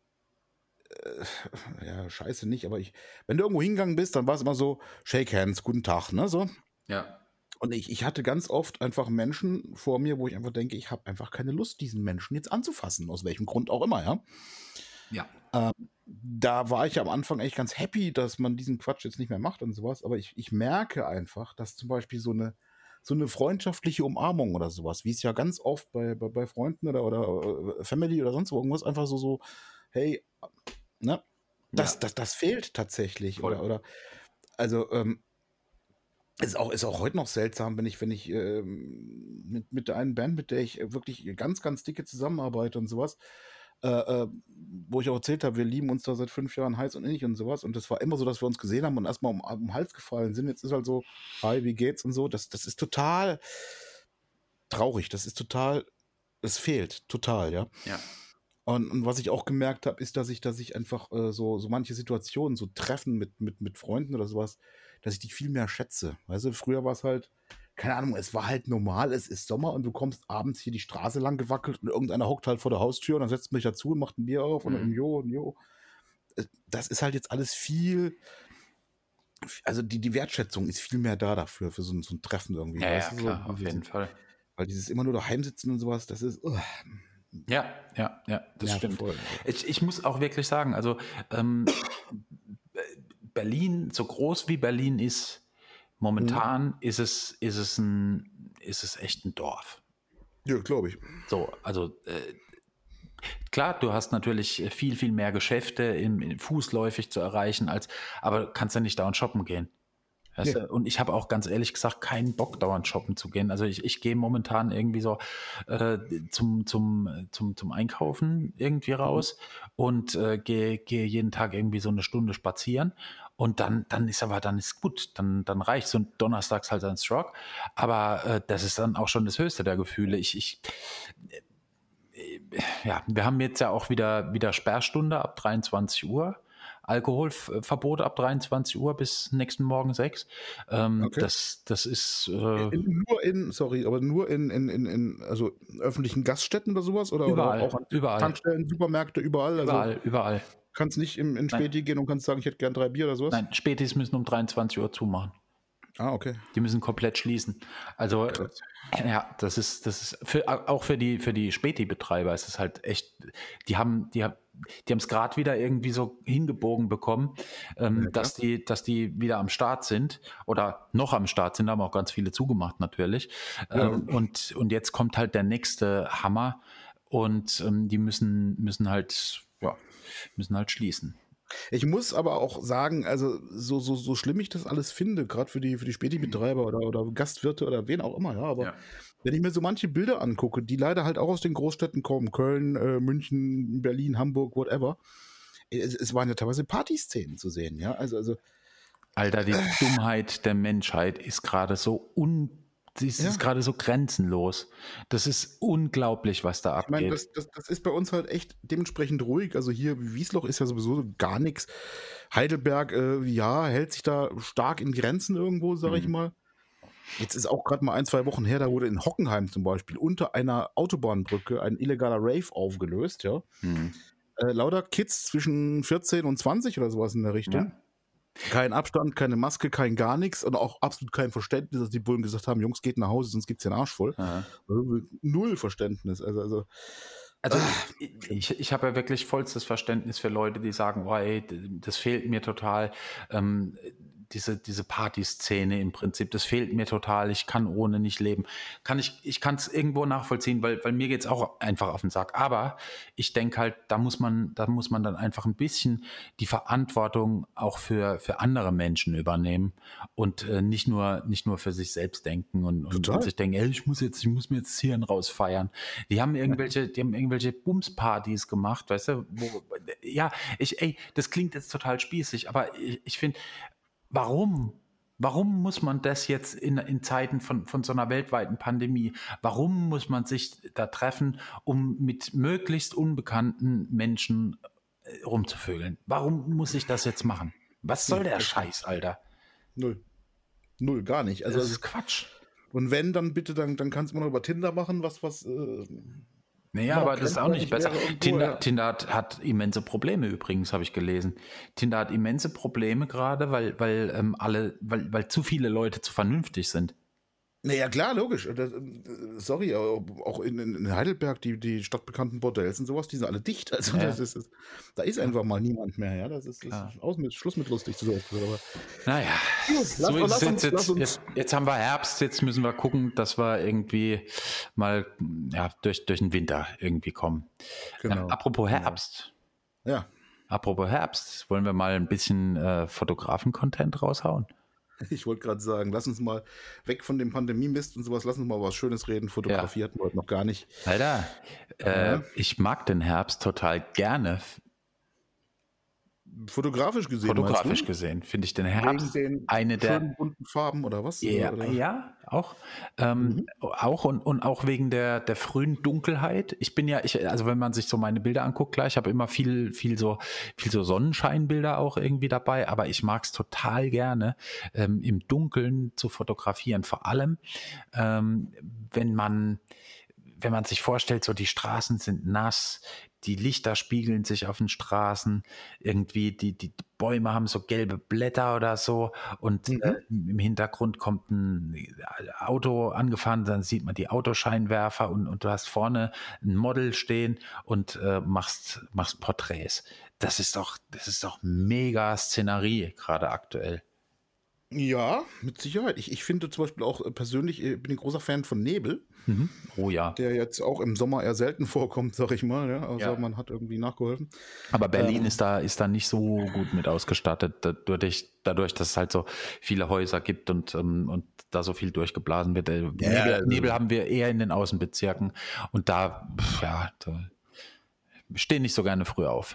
äh, ja, scheiße nicht, aber ich, wenn du irgendwo hingegangen bist, dann war es immer so, Shake Hands, guten Tag, ne, so. Ja. Und ich, ich hatte ganz oft einfach Menschen vor mir, wo ich einfach denke, ich habe einfach keine Lust, diesen Menschen jetzt anzufassen, aus welchem Grund auch immer, ja. Ja. Ähm, da war ich am Anfang echt ganz happy, dass man diesen Quatsch jetzt nicht mehr macht und sowas. Aber ich, ich merke einfach, dass zum Beispiel so eine, so eine freundschaftliche Umarmung oder sowas, wie es ja ganz oft bei, bei, bei Freunden oder, oder äh, Family oder sonst wo irgendwas einfach so, so, hey, ne, Ja, das, das, das fehlt tatsächlich. voll. Oder, oder, also, ähm, ist auch, ist auch heute noch seltsam, wenn ich, wenn ich ähm, mit, mit der einen Band, mit der ich wirklich ganz, ganz dicke zusammenarbeite und sowas, äh, äh, wo ich auch erzählt habe, wir lieben uns da seit fünf Jahren heiß und innig und sowas. Und das war immer so, dass wir uns gesehen haben und erstmal um, um den Hals gefallen sind. Jetzt ist halt so, hi, wie geht's und so. Das, das ist total traurig. Das ist total, es fehlt total, ja. Ja. Und, und was ich auch gemerkt habe, ist, dass ich, dass ich einfach äh, so, so manche Situationen, so Treffen mit, mit, mit Freunden oder sowas, dass ich die viel mehr schätze. Weißt du, früher war es halt, keine Ahnung, es war halt normal, es ist Sommer und du kommst abends hier die Straße lang gewackelt und irgendeiner hockt halt vor der Haustür und dann setzt man sich dazu und macht ein Bier auf und, und Mhm. jo und jo. Äh, Das ist halt jetzt alles viel, also die, die Wertschätzung ist viel mehr da dafür, für so, ein- so ein Treffen irgendwie, Ja, ja, weißt du, so klar, auf dieses, jeden Fall. weil dieses immer nur daheim sitzen und sowas, das ist, uh, Ja, ja, ja, das nervt stimmt. voll. Ich, ich muss auch wirklich sagen, also ähm, Berlin, so groß wie Berlin ist, Mhm. momentan ist es, ist es ein, ist es echt ein Dorf. Ja, glaube ich. So, also äh, klar, du hast natürlich viel, viel mehr Geschäfte im, im fußläufig zu erreichen, als, aber kannst ja nicht dauernd shoppen gehen. Weißt Nee. du? Und ich habe auch ganz ehrlich gesagt keinen Bock, dauernd shoppen zu gehen. Also ich, ich gehe momentan irgendwie so äh, zum, zum, zum, zum Einkaufen irgendwie Mhm. raus und äh, gehe, gehe jeden Tag irgendwie so eine Stunde spazieren. Und dann, dann ist aber, dann ist gut, dann, dann reicht so ein donnerstags halt ein Strock. Aber äh, das ist dann auch schon das höchste der Gefühle. Ich, ich, ja, wir haben jetzt ja auch wieder, wieder Sperrstunde ab dreiundzwanzig Uhr. Alkoholverbot ab dreiundzwanzig Uhr bis nächsten Morgen sechs. Ähm, Okay. das, das ist äh, In, nur in, sorry, aber nur in, in, in, in also öffentlichen Gaststätten oder sowas oder, oder auch überall, an überall, Tankstellen, Supermärkte, überall. Also überall, überall. kannst nicht im, in Nein, Späti gehen und kannst sagen, ich hätte gern drei Bier oder sowas. nein, Spätis müssen um dreiundzwanzig Uhr zumachen. Ah, okay. Die müssen komplett schließen. Also äh, Krass. ja, das ist, das ist für, auch für die, für die Späti-Betreiber ist es halt echt, die haben, die haben, die haben es gerade wieder irgendwie so hingebogen bekommen, ähm, Ja, klar. dass die, dass die wieder am Start sind oder noch am Start sind, haben auch ganz viele zugemacht natürlich. Ja. Ähm, und, und jetzt kommt halt der nächste Hammer und ähm, die müssen, müssen halt, ja, müssen halt schließen. Ich muss aber auch sagen, also so, so, so schlimm ich das alles finde, gerade für die, für die Späti-Betreiber oder, oder Gastwirte oder wen auch immer, ja, aber Ja. wenn ich mir so manche Bilder angucke, die leider halt auch aus den Großstädten kommen, Köln, äh, München, Berlin, Hamburg, whatever, es, es waren ja teilweise Partyszenen zu sehen, ja, also, also, Alter, die Dummheit der Menschheit ist gerade so un, sie ist, ist ja, gerade so grenzenlos. Das ist unglaublich, was da ich meine, abgeht. das, das, das ist bei uns halt echt dementsprechend ruhig, also hier, Wiesloch ist ja sowieso gar nichts, Heidelberg, äh, ja, hält sich da stark in Grenzen irgendwo, sag ich Hm. mal. Jetzt ist auch gerade mal ein, zwei Wochen her, da wurde in Hockenheim zum Beispiel unter einer Autobahnbrücke ein illegaler Rave aufgelöst, ja. Hm. Äh, lauter Kids zwischen vierzehn und zwanzig oder sowas in der Richtung. Ja. Kein Abstand, keine Maske, kein gar nichts und auch absolut kein Verständnis, dass die Bullen gesagt haben, Jungs, geht nach Hause, sonst gibt's den Arsch voll. Aha. Null Verständnis. Also, also Also ich, ich, ich habe ja wirklich vollstes Verständnis für Leute, die sagen, oh, ey, das fehlt mir total. Ähm, diese, diese Partyszene im Prinzip, das fehlt mir total. Ich kann ohne nicht leben. Kann ich, ich kann es irgendwo nachvollziehen, weil, weil mir geht es auch einfach auf den Sack. Aber ich denke halt, da muss man, da muss man dann einfach ein bisschen die Verantwortung auch für, für andere Menschen übernehmen und äh, nicht nur, nicht nur für sich selbst denken und, und, und total. sich denken, ey, ich muss jetzt, ich muss mir jetzt Hirn rausfeiern. Die haben irgendwelche, die haben irgendwelche Bumspartys gemacht, weißt du, wo, ja, ich, ey, das klingt jetzt total spießig, aber ich, ich finde, warum? Warum muss man das jetzt in, in Zeiten von, von so einer weltweiten Pandemie, warum muss man sich da treffen, um mit möglichst unbekannten Menschen äh, rumzuvögeln? Warum muss ich das jetzt machen? Was soll Nee, der verstehe. Scheiß, Alter? Null. Null, gar nicht. Also, Das also ist Quatsch. und wenn, dann bitte, dann, dann kannst du immer noch über Tinder machen, was, was äh, Naja, immer noch aber das ist auch nicht grenzwertig besser. wäre irgendwo, Tinder, ja. Tinder hat, hat immense Probleme übrigens, habe ich gelesen. Tinder hat immense Probleme gerade, weil, weil ähm, alle, weil, weil zu viele Leute zu vernünftig sind. Naja, klar, logisch. Das, äh, sorry, aber auch in, in in Heidelberg, die, die stadtbekannten Bordells und sowas, die sind alle dicht. Also Ja, das ist, ist, da ist einfach mal niemand mehr, ja. Das ist, ist klar. aus mit, Schluss mit lustig zu sowas. Aber Naja, gut, so lass, ist es lass jetzt, uns, lass jetzt, uns. jetzt. Jetzt haben wir Herbst, jetzt müssen wir gucken, dass wir irgendwie mal ja, durch, durch den Winter irgendwie kommen. Ähm, Genau. apropos Genau. Herbst. Ja, Apropos Herbst, wollen wir mal ein bisschen äh, Fotografen-Content raushauen? ich wollte gerade sagen, lass uns mal weg von dem Pandemie-Mist und sowas, lass uns mal was Schönes reden. Ja. Fotografie hatten wir heute noch gar nicht. Alter, äh, Ja. ich mag den Herbst total gerne. Fotografisch gesehen, Fotografisch meinst du? gesehen finde ich den Wegen Herbst den eine der, schönen bunten Farben oder was? ja, Oder, oder? ja, auch, ähm, Mhm. auch und, und auch wegen der, der frühen Dunkelheit. Ich bin ja, ich, also wenn man sich so meine Bilder anguckt, klar, ich habe immer viel, viel so, viel so Sonnenscheinbilder auch irgendwie dabei, aber ich mag es total gerne, ähm, im Dunkeln zu fotografieren. Vor allem, ähm, wenn man, wenn man sich vorstellt, so die Straßen sind nass, die Lichter spiegeln sich auf den Straßen, irgendwie die, die Bäume haben so gelbe Blätter oder so und äh, Mhm. im Hintergrund kommt ein Auto angefahren, dann sieht man die Autoscheinwerfer und, und du hast vorne ein Model stehen und äh, machst, machst Porträts. Das ist doch, das ist doch mega Szenerie gerade aktuell. Ja, mit Sicherheit. Ich ich finde zum Beispiel auch, äh, persönlich, äh, bin ich großer Fan von Nebel, Mhm. Oh ja. der jetzt auch im Sommer eher selten vorkommt, sage ich mal, ja, außer Ja. man hat irgendwie nachgeholfen. Aber Berlin Ähm, ist da, ist da nicht so gut mit ausgestattet, dadurch, dadurch, dass es halt so viele Häuser gibt und, ähm, und da so viel durchgeblasen wird. Äh, ja, Nebel, Nebel also haben wir eher in den Außenbezirken und da, pf, ja, da stehen nicht so gerne früh auf.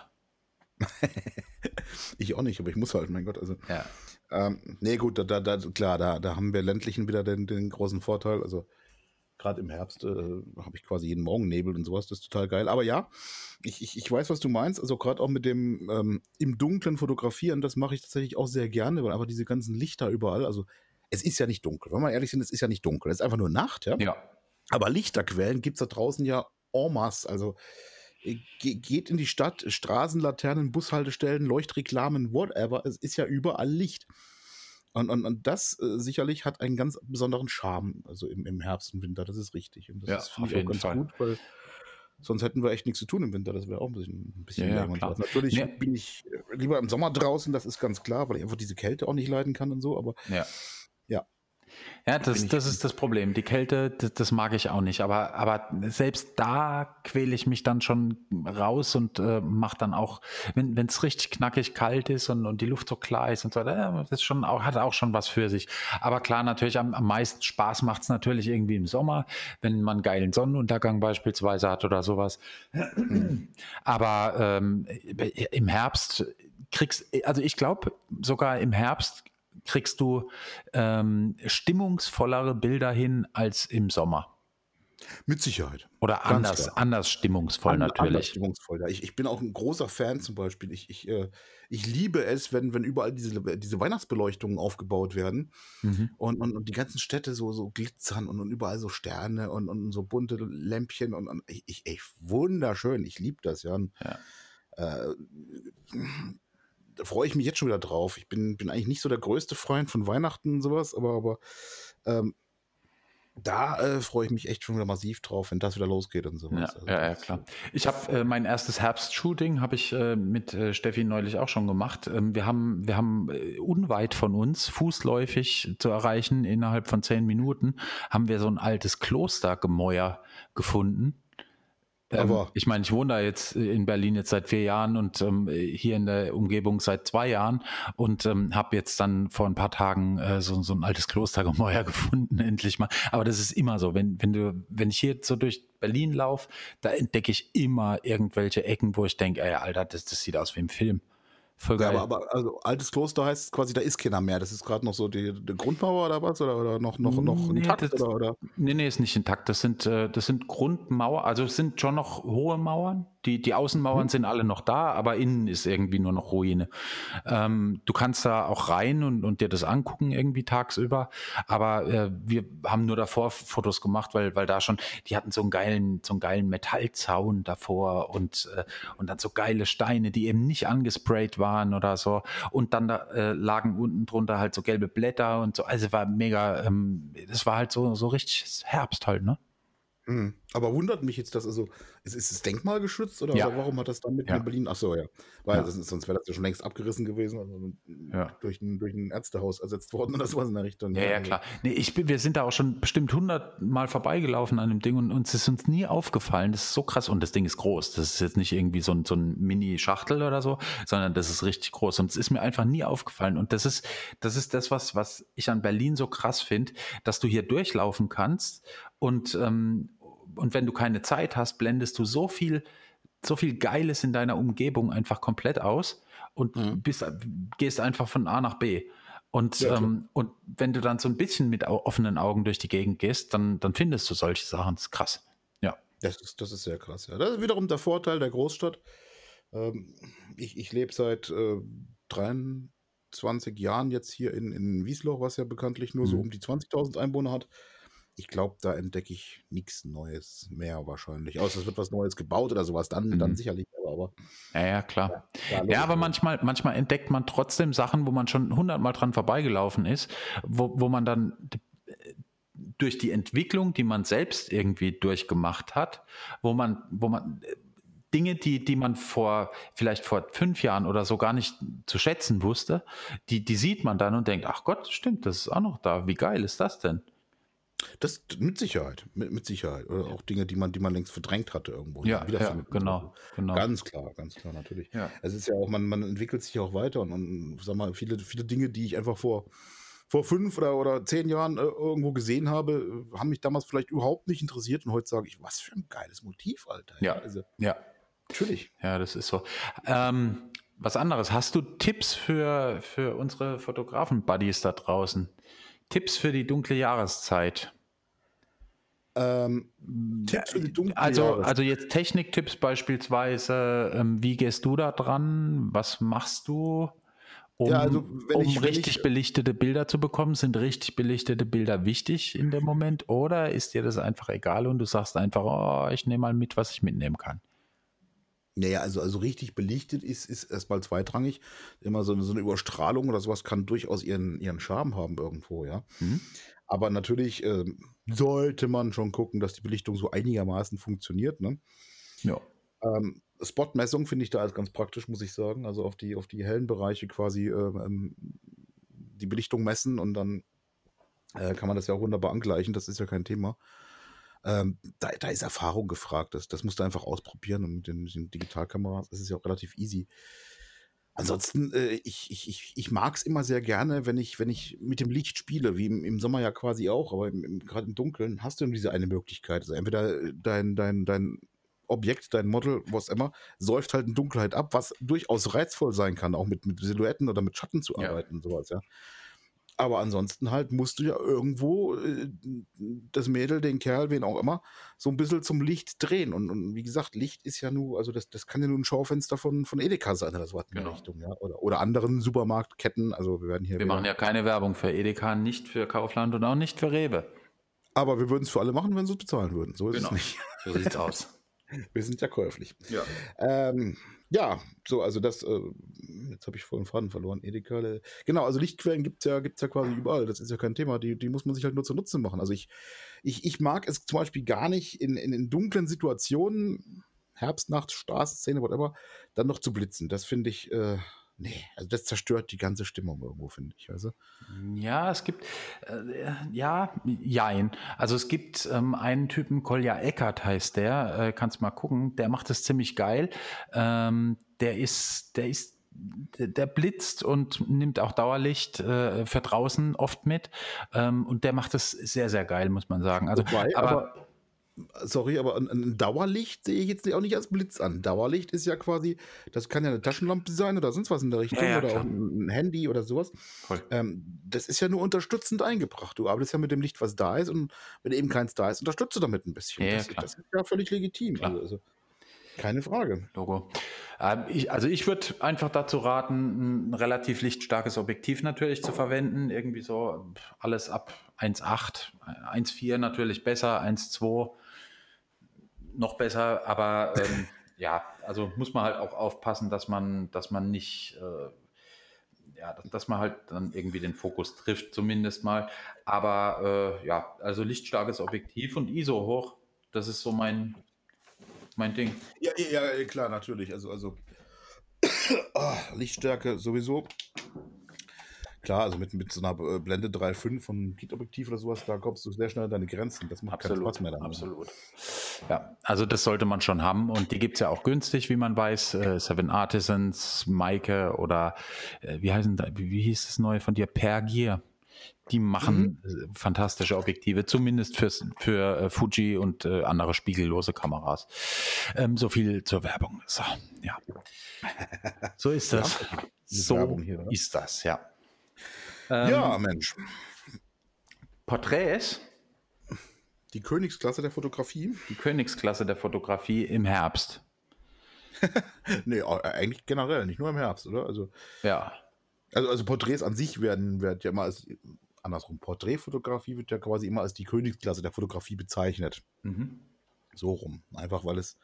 ich auch nicht, aber ich muss halt, mein Gott, also, Ja. ähm, ne, gut, da da da klar, da da haben wir Ländlichen wieder den den großen Vorteil. Also, gerade im Herbst, äh, habe ich quasi jeden Morgen Nebel und sowas. Das ist total geil. Aber ja, ich ich ich weiß, was du meinst. Also, gerade auch mit dem, ähm, im Dunkeln fotografieren, das mache ich tatsächlich auch sehr gerne, weil einfach diese ganzen Lichter überall, also, es ist ja nicht dunkel. Wenn wir ehrlich sind, es ist ja nicht dunkel. Es ist einfach nur Nacht, ja? Ja. Aber Lichterquellen gibt's da draußen ja en masse. Also, äh, ge geht in die Stadt, Straßenlaternen, Bushaltestellen, Leuchtreklamen, whatever. Es ist ja überall Licht. Und und und das, äh, sicherlich hat einen ganz besonderen Charme, also im im Herbst und Winter, das ist richtig. Und das Ja, ist, finde auf ich, auch jeden ganz Fall. gut, weil sonst hätten wir echt nichts zu tun im Winter. Das wäre auch ein bisschen 'n Ja, bisschen ja, lame und so klar. was. Natürlich Ne, bin ich, äh, lieber im Sommer draußen, das ist ganz klar, weil ich einfach diese Kälte auch nicht leiden kann und so, aber ja. ja, Ja, bin das, ich das ist das Problem. Die Kälte, das, das mag ich auch nicht. Aber, aber selbst da quäle ich mich dann schon raus und äh, mache dann auch, wenn es richtig knackig kalt ist und, und die Luft so klar ist und so, äh, das ist schon auch, hat auch schon was für sich. Aber klar, natürlich am, am meisten Spaß macht es natürlich irgendwie im Sommer, wenn man einen geilen Sonnenuntergang beispielsweise hat oder sowas. mhm. Aber ähm, im Herbst kriegst, also ich glaube, sogar im Herbst kriegst du ähm, stimmungsvollere Bilder hin als im Sommer. Mit Sicherheit, Oder ganz anders, klar. anders stimmungsvoll An anders natürlich. stimmungsvoll, ja. Ich ich bin auch 'n großer Fan zum Beispiel. Ich ich, äh ich liebe es, wenn wenn überall diese diese Weihnachtsbeleuchtungen aufgebaut werden Mhm. und und und die ganzen Städte so so glitzern und und überall so Sterne und und so bunte Lämpchen und und ich ich ey, wunderschön. Ich liebe das, ja. Und, Ja. äh, da freue ich mich jetzt schon wieder drauf. Ich bin bin eigentlich nicht so der größte Freund von Weihnachten und so was, aber aber, ähm, da, äh, freue ich mich echt schon wieder massiv drauf, wenn das wieder losgeht und so Ja, was. Also, ja, ja, das, klar. Ich habe äh, mein erstes Herbstshooting habe ich äh, mit äh, Steffi neulich auch schon gemacht. Ähm, wir haben, wir haben äh, unweit von uns, fußläufig zu erreichen, innerhalb von zehn Minuten, haben wir so ein altes Klostergemäuer gefunden. Ähm, aber ich meine, ich wohne da jetzt in Berlin jetzt seit vier Jahren und ähm, hier in der Umgebung seit zwei Jahren und ähm, habe jetzt dann vor ein paar Tagen äh, so, so ein altes Klostergemäuer gefunden, endlich mal. Aber das ist immer so, wenn, wenn du, wenn ich hier so durch Berlin laufe, da entdecke ich immer irgendwelche Ecken, wo ich denke, ey, Alter, das, das sieht aus wie im Film. Voll Ja, aber geil. aber also, altes Kloster heißt quasi, da ist keiner mehr. Das ist grad noch so die die Grundmauer oder was? Oder oder noch noch noch Nee, intakt das, oder oder? nee, nee, ist nicht intakt. Das sind, äh, das sind Grundmauern, also es sind schon noch hohe Mauern. Die, die Außenmauern Mhm. sind alle noch da, aber innen ist irgendwie nur noch Ruine. Ähm, du kannst da auch rein und, und dir das angucken irgendwie tagsüber. Aber äh, wir haben nur davor Fotos gemacht, weil, weil da schon, die hatten so einen geilen, so einen geilen Metallzaun davor und, äh, und dann so geile Steine, die eben nicht angesprayt waren oder so. Und dann da, äh, lagen unten drunter halt so gelbe Blätter und so. Also war mega, ähm, das war halt so, so richtig Herbst halt, ne? Mhm. Aber wundert mich jetzt, dass also ist ist es denkmalgeschützt oder Ja, oder warum hat das da mitten in ja, Berlin ach so, ja. Weil ja, das ist sonst wäre das ja schon längst abgerissen gewesen und und ja. durch 'n durch 'n Ärztehaus ersetzt worden oder so was in der Richtung, Ja, ja, ja, also. klar. Nee, ich bin, wir sind da auch schon bestimmt hundert Mal vorbeigelaufen an dem Ding und uns ist uns nie aufgefallen. Das ist so krass und das Ding ist groß. Das ist jetzt nicht irgendwie so ein, so ein Mini-Schachtel oder so, sondern das ist richtig groß und es ist mir einfach nie aufgefallen. Und das ist, das ist das, was, was ich an Berlin so krass finde, dass du hier durchlaufen kannst und, ähm, und wenn du keine Zeit hast, blendest du so viel, so viel Geiles in deiner Umgebung einfach komplett aus und Mhm. bist, gehst einfach von A nach B. Und, Ja, klar. ähm, und wenn du dann so ein bisschen mit au- offenen Augen durch die Gegend gehst, dann, dann findest du solche Sachen. Das ist krass. Ja. Das ist das ist sehr krass, ja. Das ist wiederum der Vorteil der Großstadt. Ähm, ich ich lebe seit, äh, dreiundzwanzig Jahren jetzt hier in in Wiesloch, was ja bekanntlich nur so Mhm. um die zwanzigtausend Einwohner hat. ich glaube, da entdecke ich nichts Neues mehr wahrscheinlich. Außer es wird was Neues gebaut oder sowas, dann, mhm. dann sicherlich. Aber, aber ja, ja, klar. Ja, ja, aber manchmal, manchmal entdeckt man trotzdem Sachen, wo man schon hundertmal dran vorbeigelaufen ist, wo, wo man dann durch die Entwicklung, die man selbst irgendwie durchgemacht hat, wo man, wo man Dinge, die, die man vor vielleicht vor fünf Jahren oder so gar nicht zu schätzen wusste, die, die sieht man dann und denkt, ach Gott, stimmt, das ist auch noch da. Wie geil ist das denn? Das mit Sicherheit, mit, mit Sicherheit. Oder auch Dinge, die man, die man längst verdrängt hatte irgendwo. Ja, ja, genau, genau. Ganz klar, ganz klar, natürlich. Ja. Es ist ja auch, man, man entwickelt sich ja auch weiter und, und sag mal, viele, viele Dinge, die ich einfach vor, vor fünf oder, oder zehn Jahren äh, irgendwo gesehen habe, haben mich damals vielleicht überhaupt nicht interessiert und heute sage ich, was für ein geiles Motiv, Alter. Ja, also, ja. Natürlich. Ja, das ist so. Ähm, was anderes. Hast du Tipps für, für unsere Fotografen-Buddies da draußen? Tipps für die dunkle Jahreszeit? Ähm, Tipps für die dunkle also, Jahreszeit. Also jetzt Techniktipps beispielsweise. Ähm, wie gehst du da dran? Was machst du? Um, ja, also wenn ich, um richtig ich, belichtete Bilder zu bekommen, sind richtig belichtete Bilder wichtig in dem Moment? Oder ist dir das einfach egal und du sagst einfach, oh, ich nehme mal mit, was ich mitnehmen kann? Naja, also, also richtig belichtet ist, ist erstmal zweitrangig. Immer so eine, so eine Überstrahlung oder sowas kann durchaus ihren, ihren Charme haben irgendwo, ja. Hm? Aber natürlich ähm, sollte man schon gucken, dass die Belichtung so einigermaßen funktioniert, ne? Ja. Ähm, Spotmessung finde ich da als ganz praktisch, muss ich sagen. Also auf die, auf die hellen Bereiche quasi ähm, die Belichtung messen und dann äh, kann man das ja auch wunderbar angleichen. Das ist ja kein Thema. Ähm, da, da ist Erfahrung gefragt. Das, das musst du einfach ausprobieren und mit den, mit den Digitalkameras ist es ja auch relativ easy. Ansonsten, äh, ich, ich, ich, ich mag es immer sehr gerne, wenn ich, wenn ich mit dem Licht spiele, wie im, im Sommer ja quasi auch, aber im, im, gerade im Dunkeln hast du eben diese eine Möglichkeit. Also entweder dein, dein, dein Objekt, dein Model, was immer, säuft halt in Dunkelheit ab, was durchaus reizvoll sein kann, auch mit, mit Silhouetten oder mit Schatten zu arbeiten ja. und sowas, ja. Aber ansonsten halt musst du ja irgendwo äh, das Mädel, den Kerl, wen auch immer, so ein bisschen zum Licht drehen. Und, und wie gesagt, Licht ist ja nur, also das, das kann ja nur ein Schaufenster von, von Edeka sein oder so was in genau. der Richtung, ja. Oder, oder anderen Supermarktketten. Also wir werden hier. Wir machen ja keine Werbung für Edeka, nicht für Kaufland und auch nicht für Rewe. Aber wir würden es für alle machen, wenn sie es bezahlen würden. So ist genau. es nicht. So sieht's aus. Wir sind ja käuflich. Ja. Ähm, ja, so, also das, äh, jetzt habe ich vorhin Faden verloren, Edeka. Äh, genau, also Lichtquellen gibt es ja, gibt's ja quasi überall, das ist ja kein Thema, die, die muss man sich halt nur zunutze machen. Also ich, ich, ich mag es zum Beispiel gar nicht in, in, in dunklen Situationen, Herbst, Nacht, Straßenszene, whatever, dann noch zu blitzen. Das finde ich, äh, nee, also das zerstört die ganze Stimmung irgendwo, finde ich, weißt du? Ja, es gibt, äh, ja, jein. Also es gibt ähm, einen Typen, Kolja Eckert heißt der, äh, kannst mal gucken, der macht das ziemlich geil. Ähm, der ist, der ist, der blitzt und nimmt auch Dauerlicht äh, für draußen oft mit. Ähm, und der macht das sehr, sehr geil, muss man sagen. Also, Wobei, aber, aber sorry, aber ein, ein Dauerlicht sehe ich jetzt auch nicht als Blitz an. Dauerlicht ist ja quasi, das kann ja eine Taschenlampe sein oder sonst was in der Richtung ja, ja, oder klar. auch ein Handy oder sowas. Ähm, das ist ja nur unterstützend eingebracht. Du arbeitest ja mit dem Licht, was da ist und wenn eben keins da ist, unterstützt du damit ein bisschen. Ja, das, klar. das ist ja völlig legitim. Also, also keine Frage. Logo. Ähm, ich, also ich würde einfach dazu raten, ein relativ lichtstarkes Objektiv natürlich zu verwenden. Irgendwie so alles ab eins Komma acht, eins Komma vier natürlich besser, eins Komma zwei noch besser, aber ähm, ja, also muss man halt auch aufpassen, dass man, dass man nicht, äh, ja, dass, dass man halt dann irgendwie den Fokus trifft, zumindest mal. Aber äh, ja, also lichtstarkes Objektiv und I S O hoch, das ist so mein, mein Ding. Ja, ja, klar, natürlich. Also, also oh, Lichtstärke sowieso. Klar, also mit, mit so einer Blende drei Komma fünf von Kit-Objektiv oder sowas, da kommst du sehr schnell an deine Grenzen. Das macht absolut, keinen Spaß mehr. Dann absolut. Ja, also das sollte man schon haben und die gibt es ja auch günstig, wie man weiß. Äh, Seven Artisans, Maike oder äh, wie heißen da, wie, wie hieß das neue von dir? Pergier. Die machen mhm. fantastische Objektive, zumindest fürs, für äh, Fuji und äh, andere spiegellose Kameras. Ähm, so viel zur Werbung. So, ja. So ist das. Ja, so hier, ist das, ja. Ähm, ja, Mensch. Porträts? Die Königsklasse der Fotografie? Die Königsklasse der Fotografie im Herbst. Nee, eigentlich generell, nicht nur im Herbst, oder? Also, ja. Also, also Porträts an sich werden, werden ja immer als andersrum. Porträtfotografie wird ja quasi immer als die Königsklasse der Fotografie bezeichnet. Mhm. So rum. Einfach weil es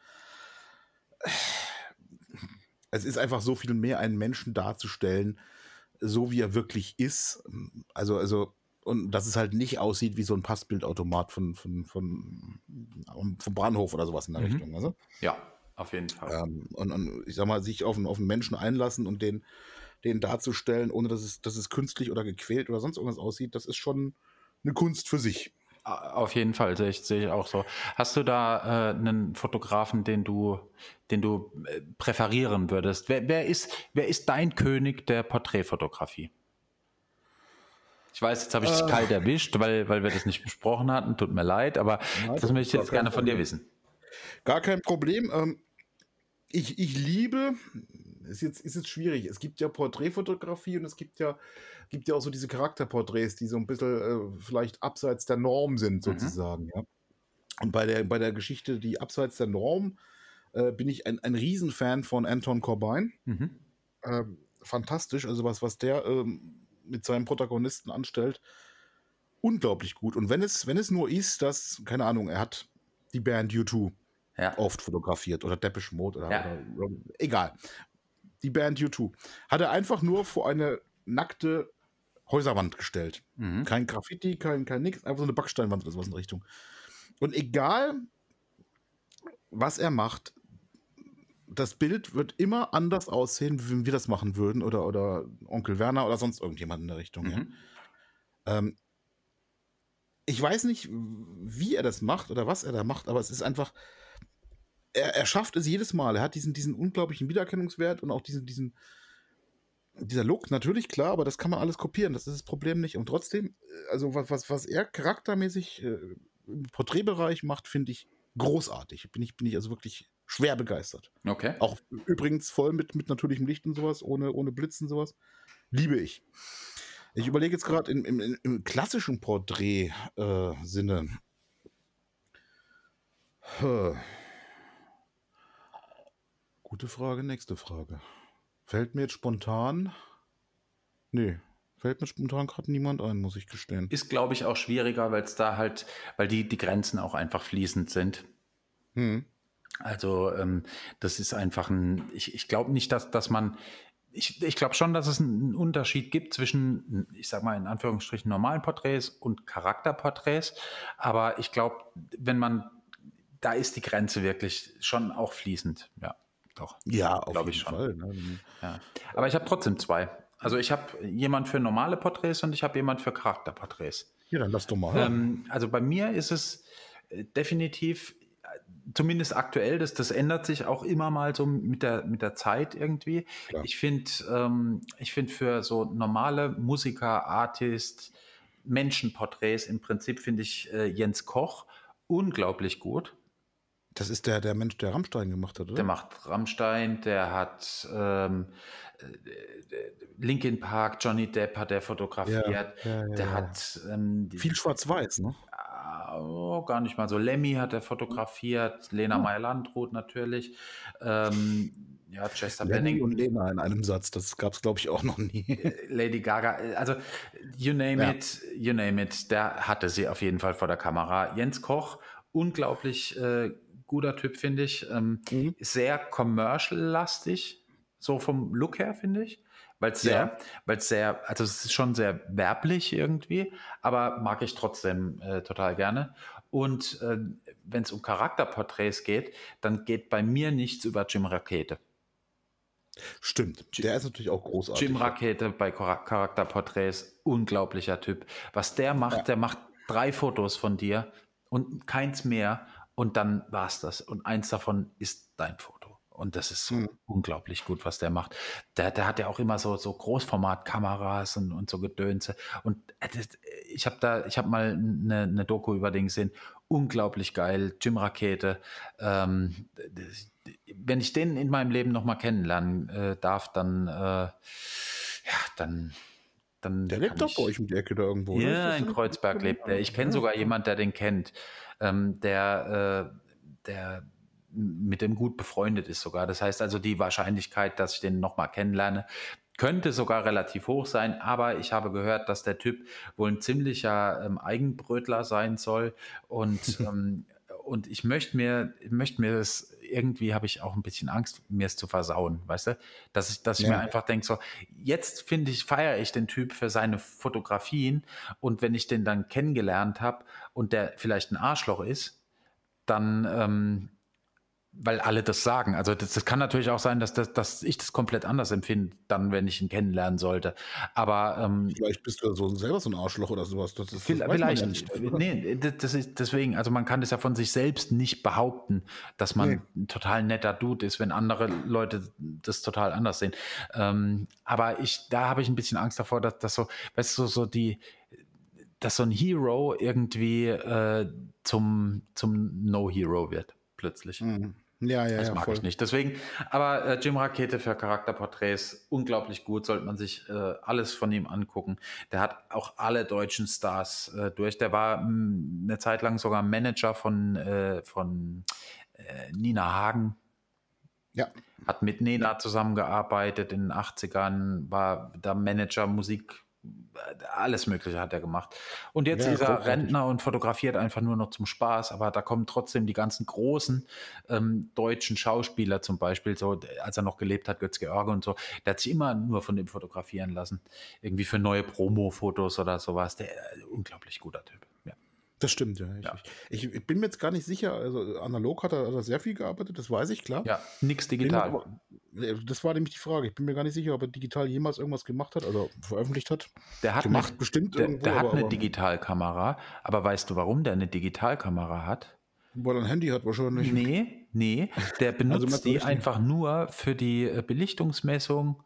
es ist einfach so viel mehr, einen Menschen darzustellen, so wie er wirklich ist. Also, also, und dass es halt nicht aussieht wie so ein Passbildautomat von, von, von, vom Bahnhof oder sowas in der Mhm. Richtung. Also? Ja, auf jeden Fall. Ähm, und, und ich sag mal, sich auf, einen- auf einen Menschen einlassen und den, den darzustellen, ohne dass es, dass es künstlich oder gequält oder sonst irgendwas aussieht, das ist schon eine Kunst für sich. Auf jeden Fall, sehe ich, sehe ich auch so. Hast du da äh, einen Fotografen, den du, den du äh, präferieren würdest? Wer, wer ist, wer ist dein König der Porträtfotografie? Ich weiß, jetzt habe ich dich Äh, kalt erwischt, weil, weil wir das nicht besprochen hatten. Tut mir leid, aber nein, das das möchte ist ich gar jetzt kein gerne von dir Problem. wissen. Gar kein Problem. Ähm, ich, ich liebe, ist jetzt, ist jetzt schwierig. Es gibt ja Porträtfotografie und es gibt ja, gibt ja auch so diese Charakterporträts, die so ein bisschen äh, vielleicht abseits der Norm sind, Mhm. sozusagen. Ja. Und bei der, bei der Geschichte, die abseits der Norm, äh, bin ich ein, ein Riesenfan von Anton Corbijn. Mhm. Ähm, fantastisch, also was, was der ähm, mit seinem Protagonisten anstellt, unglaublich gut. Und wenn es, wenn es nur ist, dass, keine Ahnung, er hat die Band U zwei Ja, oft fotografiert oder Depeche Mode oder, ja. oder egal. Die Band U zwei hat er einfach nur vor eine nackte Häuserwand gestellt. Mhm. Kein Graffiti, kein, kein nix, einfach so eine Backsteinwand oder sowas in der Richtung. Und egal, was er macht, das Bild wird immer anders aussehen, wie wir das machen würden oder, oder Onkel Werner oder sonst irgendjemand in der Richtung. Ja. Mhm. Ähm, ich weiß nicht, wie er das macht oder was er da macht, aber es ist einfach, er, er schafft es jedes Mal. Er hat diesen, diesen unglaublichen Wiedererkennungswert und auch diesen, diesen, dieser Look, natürlich klar, aber das kann man alles kopieren, das ist das Problem nicht. Und trotzdem, äh, also was, was, was er charaktermäßig äh, im Porträtbereich macht, finde ich großartig. Bin ich, bin ich also wirklich schwer begeistert. Okay. Auch übrigens voll mit, mit natürlichem Licht und sowas, ohne, ohne Blitz und sowas. Liebe ich. Ich überlege jetzt gerade im, im, im klassischen Porträt-Sinne. Huh. Gute Frage, nächste Frage. Fällt mir jetzt spontan. Nee, fällt mir spontan gerade niemand ein, muss ich gestehen. Ist, glaube ich, auch schwieriger, weil es da halt, weil die, die Grenzen auch einfach fließend sind. Hm. Also ähm, das ist einfach ein, ich, ich glaube nicht, dass, dass man, ich, ich glaube schon, dass es einen Unterschied gibt zwischen, ich sag mal in Anführungsstrichen, normalen Porträts und Charakterporträts. Aber ich glaube, wenn man, da ist die Grenze wirklich schon auch fließend. Ja, doch, Ja, auf glaube ich jeden schon. Fall. Ne? Ja. Aber ich habe trotzdem zwei. Also ich habe jemand für normale Porträts und ich habe jemand für Charakterporträts. Ja, dann lass doch mal hören. Ähm, also bei mir ist es äh, definitiv, äh, zumindest aktuell, das, das ändert sich auch immer mal so mit der, mit der Zeit irgendwie. Klar. Ich finde, ähm, ich finde für so normale Musiker, Artist, Menschenporträts im Prinzip finde ich äh, Jens Koch unglaublich gut. Das ist der, der Mensch, der Rammstein gemacht hat, Der oder? macht Rammstein, der hat ähm, Linkin Park, Johnny Depp hat er Ja, fotografiert, ja, ja, der ja. hat ähm, die, Viel schwarz-weiß, ne? oh, gar nicht mal so. Lemmy hat er fotografiert, Lena Ja. Meyer-Landrut natürlich, ähm, ja, Chester Lenny und Bennington, Lena in einem Satz, das gab es, glaube ich, auch noch nie. Lady Gaga, also you name Ja. it, you name it, der hatte sie auf jeden Fall vor der Kamera. Jens Koch, unglaublich äh, guter Typ, finde ich, ähm, Mhm. sehr commercial-lastig, so vom Look her, finde ich, weil es Ja. sehr, weil es sehr, also es ist schon sehr werblich irgendwie, aber mag ich trotzdem äh, total gerne. Und äh, wenn es um Charakterporträts geht, dann geht bei mir nichts über Jim Rakete. Stimmt. Der ist natürlich auch großartig. Jim Rakete bei Char- Charakterporträts, unglaublicher Typ. Was der macht, Ja. der macht drei Fotos von dir und keins mehr und dann war's das. Und eins davon ist dein Foto. Und das ist so Mhm. unglaublich gut, was der macht. Der, der hat ja auch immer so, so Großformatkameras und, und so Gedönse. Und äh, das, ich habe da, ich habe mal eine, eine Doku über den gesehen. Unglaublich geil. Jim Rakete. Ähm, das, wenn ich den in meinem Leben nochmal kennenlernen äh, darf, dann, äh, ja, dann, dann Der kann lebt doch bei ich. euch um die Ecke da irgendwo, oder? Ist Ja, das in nicht- Kreuzberg lebt er. Ich kenne Ja, sogar ja. jemanden, der den kennt, ähm, der, äh, der mit dem gut befreundet ist sogar. Das heißt also, die Wahrscheinlichkeit, dass ich den nochmal kennenlerne, könnte sogar relativ hoch sein, aber ich habe gehört, dass der Typ wohl ein ziemlicher ähm, Eigenbrötler sein soll und ähm, und ich möchte mir, möchte mir das, irgendwie habe ich auch ein bisschen Angst, mir es zu versauen, weißt du? Dass ich, dass ich mir Ja. einfach denke, so, jetzt finde ich, feiere ich den Typ für seine Fotografien und wenn ich den dann kennengelernt habe und der vielleicht ein Arschloch ist, dann, ähm, weil alle das sagen. Also das, das kann natürlich auch sein, dass, das, dass ich das komplett anders empfinde, dann, wenn ich ihn kennenlernen sollte. Aber ähm, Vielleicht bist du so selber so ein Arschloch oder sowas. Das, ist, das weiß man ja nicht. vielleicht, nee, das ist deswegen, also man kann das ja von sich selbst nicht behaupten, dass Nee. man ein total netter Dude ist, wenn andere Leute das total anders sehen. Ähm, aber ich, da habe ich ein bisschen Angst davor, dass das so, weißt du, so die, dass so ein Hero irgendwie äh, zum, zum No-Hero wird, plötzlich. Mhm. Ja, ja, Das ja, mag voll. ich nicht. Deswegen, aber äh, Jim Rakete für Charakterporträts, unglaublich gut, sollte man sich äh, alles von ihm angucken. Der hat auch alle deutschen Stars äh, durch. Der war mh, eine Zeit lang sogar Manager von, äh, von äh, Nina Hagen, Ja. hat mit Nena zusammengearbeitet in den achtzigern, war da Manager, Musik, alles Mögliche hat er gemacht. Und jetzt Ja, ist er großartig. Rentner und fotografiert einfach nur noch zum Spaß, aber da kommen trotzdem die ganzen großen ähm, deutschen Schauspieler zum Beispiel, so als er noch gelebt hat, Götz-George und so, der hat sich immer nur von dem fotografieren lassen. Irgendwie für neue Promo-Fotos oder sowas. Der äh, unglaublich guter Typ. Ja. Das stimmt, ja. Ich, Ja. ich, ich bin mir jetzt gar nicht sicher. Also analog hat er, hat er sehr viel gearbeitet, das weiß ich, klar. Ja, nix Bin mir digital. aber, äh, das war nämlich die Frage. Ich bin mir gar nicht sicher, ob er digital jemals irgendwas gemacht hat, also veröffentlicht hat. Der hat Gemacht eine, bestimmt der, irgendwo, der hat aber, eine aber Digitalkamera, aber weißt du, warum der eine Digitalkamera hat? weil er ein Handy hat wahrscheinlich. Nee, nee, der Also benutzt meinst du die richtig? einfach nur für die äh, Belichtungsmessung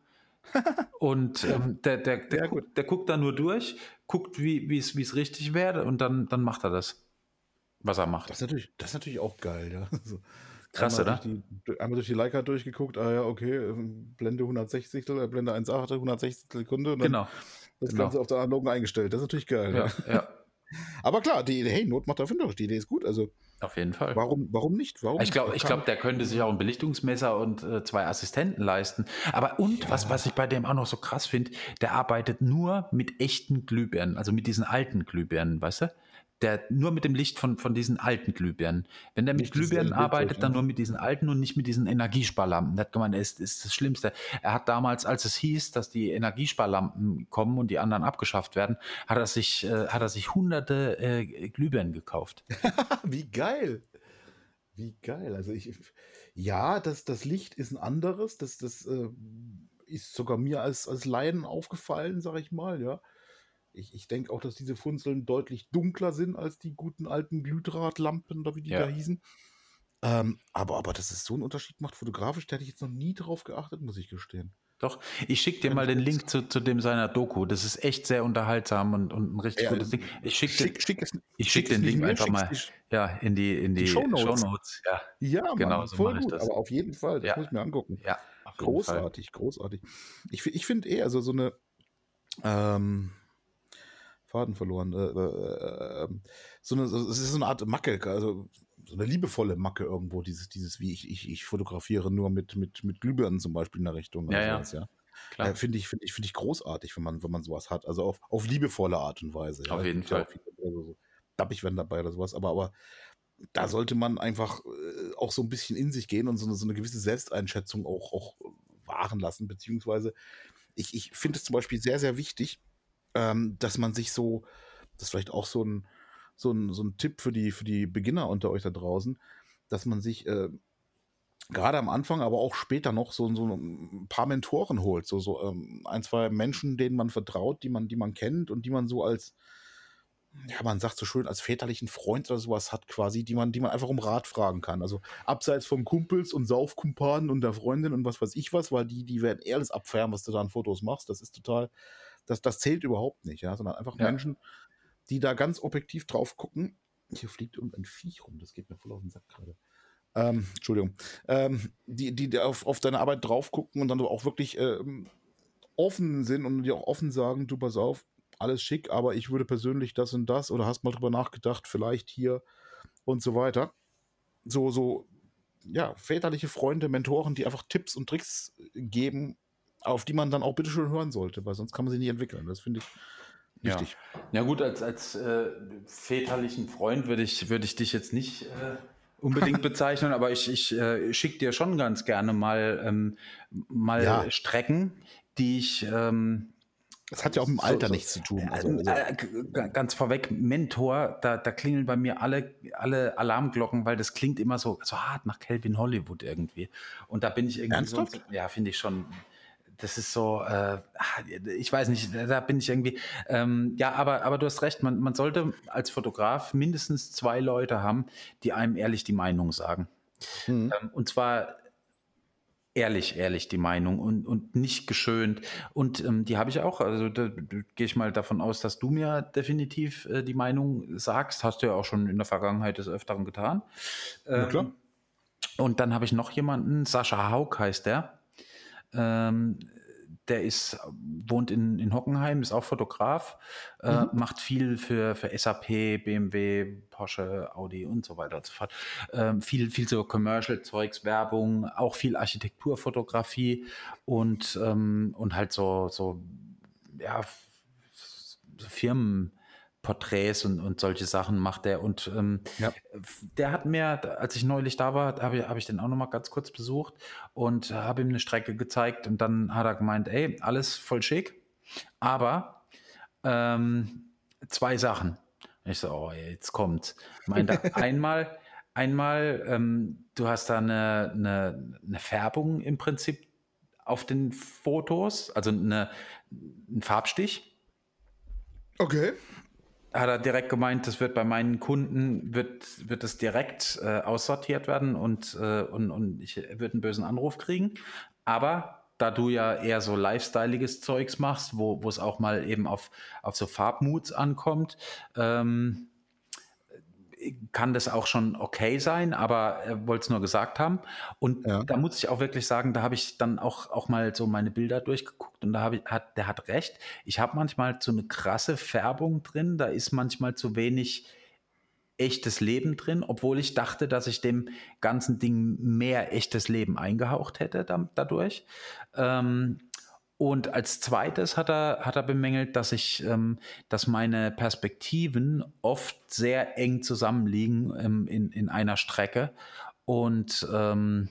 und ähm, der, der, der, Ja, gut. guckt, der guckt da nur durch, guckt, wie wie es wie es richtig wäre und dann, dann macht er das, was er Das macht. ist natürlich, das ist natürlich auch geil, ja. So, Krass, einmal durch oder? die, einmal durch die Leica durchgeguckt, ah ja, okay, ähm, Blende hundertsechzig, äh, Blende eins Komma acht, hundertsechzig Sekunde und dann Genau, das Ganze genau. auf der analogen eingestellt. Das ist natürlich geil, ja. Ja, ja, Aber klar, die Idee, hey, Not macht erfinderisch, die Idee ist gut. Also auf jeden Fall. warum, warum nicht? Warum Ich nicht? glaube, Er ich kann, glaub, der könnte sich auch ein Belichtungsmesser und äh, zwei Assistenten leisten. Aber und was, was ja, ich bei dem auch noch so krass finde, der arbeitet nur mit echten Glühbirnen, also mit diesen alten Glühbirnen, weißt du? Der nur mit dem Licht von, von diesen alten Glühbirnen. Wenn der mit nicht dieses Glühbirnen L E D-Zeug, arbeitet, dann nur ne? mit diesen alten und nicht mit diesen Energiesparlampen. Das hat gemeint, das ist, ist das Schlimmste. Er hat damals, als es hieß, dass die Energiesparlampen kommen und die anderen abgeschafft werden, hat er sich, äh, hat er sich hunderte äh, Glühbirnen gekauft. Wie geil! Wie geil. Also ich, ja, das, das Licht ist ein anderes. Das, das äh, ist sogar mir als, als Laien aufgefallen, sag ich mal, ja. Ich, ich denke auch, dass diese Funzeln deutlich dunkler sind als die guten alten Glühdrahtlampen, oder wie die da Ja. hießen. Ähm, aber, aber dass es so einen Unterschied macht, fotografisch, da hätte ich jetzt noch nie drauf geachtet, muss ich gestehen. Doch, ich schicke dir Fände mal ich den jetzt. Link zu, zu dem seiner Doku. Das ist echt sehr unterhaltsam und, und ein richtig Ja, gutes Ding. Ich schicke den, schick, schick, es, ich schick schick es den nicht Link mir, einfach schick es mal die, ja, in die, in die die Shownotes. Shownotes. Ja, Ja, genau, Mann, so voll mache ich gut. das. Aber auf jeden Fall, das Ja, muss ich mir angucken. ja, auf jeden Fall. Großartig, großartig. Ich, fi- ich finde eher so, so eine ähm, Faden verloren. Äh, äh, äh, so eine, so- es ist so eine Art Macke, also so eine liebevolle Macke irgendwo, dieses, dieses, wie ich, ich, ich fotografiere nur mit, mit, mit Glühbirnen zum Beispiel in der Richtung oder Ja, sowas, ja, ja. Äh, klar, finde ich, finde ich, finde ich großartig, wenn man, wenn man sowas hat. Also auf, auf liebevolle Art und Weise. Ja. auf Es jeden gibt ja Fall. auch viele, also so Dappig-Wenn dabei oder sowas, aber, aber da sollte man einfach äh, auch so ein bisschen in sich gehen und so eine, so eine gewisse Selbsteinschätzung auch, auch wahren lassen, beziehungsweise ich, ich finde es zum Beispiel sehr, sehr wichtig, ähm, dass man sich so, das ist vielleicht auch so ein, so ein, so ein Tipp für die, für die Beginner unter euch da draußen, dass man sich äh, gerade am Anfang, aber auch später noch so, so ein paar Mentoren holt, so, so ähm, ein, zwei Menschen, denen man vertraut, die man, die man kennt und die man so als, ja, man sagt so schön, als väterlichen Freund oder sowas hat quasi, die man, die man einfach um Rat fragen kann. Also abseits von Kumpels und Saufkumpanen und der Freundin und was weiß ich was, weil die, die werden eher alles abfeiern, was du da an Fotos machst. Das ist total, das, das zählt überhaupt nicht, ja, sondern einfach Ja, Menschen, die da ganz objektiv drauf gucken. Hier fliegt irgendein Viech rum, das geht mir voll auf den Sack gerade. Ähm, Entschuldigung. Ähm, die, die die auf, auf deine Arbeit drauf gucken und dann auch wirklich ähm, offen sind und dir auch offen sagen, du pass auf, alles schick, aber ich würde persönlich das und das oder hast mal drüber nachgedacht, vielleicht hier und so weiter. So, so, ja, väterliche Freunde, Mentoren, die einfach Tipps und Tricks geben, auf die man dann auch bitte schön hören sollte, weil sonst kann man sie nicht entwickeln. Das finde ich Ja. wichtig. Ja gut, als, als äh, väterlichen Freund würde ich, würde ich dich jetzt nicht äh, unbedingt bezeichnen, aber ich, ich äh, schicke dir schon ganz gerne mal, ähm, mal Ja, Strecken, die ich ähm, das hat ja auch mit dem so, Alter so nichts zu tun. Also, äh, also äh, g- ganz vorweg, Mentor, da, da klingeln bei mir alle, alle Alarmglocken, weil das klingt immer so, so hart nach Calvin Hollywood irgendwie. Und da bin ich irgendwie so, ein- ernsthaft? ja, finde ich schon, das ist so, äh, ich weiß nicht, da bin ich irgendwie, ähm, ja, aber, aber du hast recht, man, man sollte als Fotograf mindestens zwei Leute haben, die einem ehrlich die Meinung sagen. Mhm. Ähm, und zwar ehrlich, ehrlich die Meinung und, und nicht geschönt. Und ähm, die habe ich auch. Also da, da gehe ich mal davon aus, dass du mir definitiv äh, die Meinung sagst. Hast du ja auch schon in der Vergangenheit des Öfteren getan. Na Ähm, klar. und dann habe ich noch jemanden, Sascha Haug heißt der. Ähm, der ist, wohnt in, in Hockenheim, ist auch Fotograf, äh, Mhm. macht viel für, für S A P, B M W, Porsche, Audi und so weiter und so fort. Ähm, viel, viel so Commercial-Zeugs, Werbung, auch viel Architekturfotografie und, ähm, und halt so, so ja, so Firmenporträts und, und solche Sachen macht er. Und ähm, Ja. der hat mir, als ich neulich da war, habe ich, hab ich den auch noch mal ganz kurz besucht und habe ihm eine Strecke gezeigt. Und dann hat er gemeint, ey, alles voll schick, aber ähm, zwei Sachen. Ich so, oh, jetzt kommt's. Meinte einmal, einmal, ähm, du hast da eine, eine, eine Färbung im Prinzip auf den Fotos, also eine, ein Farbstich. Okay. Hat er direkt gemeint, das wird bei meinen Kunden, wird, wird das direkt äh, aussortiert werden und, äh, und, und ich würde einen bösen Anruf kriegen. Aber da du ja eher so lifestyleiges Zeugs machst, wo, wo es auch mal eben auf, auf so Farbmoods ankommt, ähm, kann das auch schon okay sein, aber er wollte es nur gesagt haben. Und Ja. da muss ich auch wirklich sagen, da habe ich dann auch, auch mal so meine Bilder durchgeguckt und da habe ich, hat, der hat recht. Ich habe manchmal so eine krasse Färbung drin, da ist manchmal zu wenig echtes Leben drin, obwohl ich dachte, dass ich dem ganzen Ding mehr echtes Leben eingehaucht hätte da, dadurch. Ähm, und als zweites hat er, hat er bemängelt, dass ich, ähm, dass meine Perspektiven oft sehr eng zusammenliegen ähm, in, in einer Strecke. Und ähm,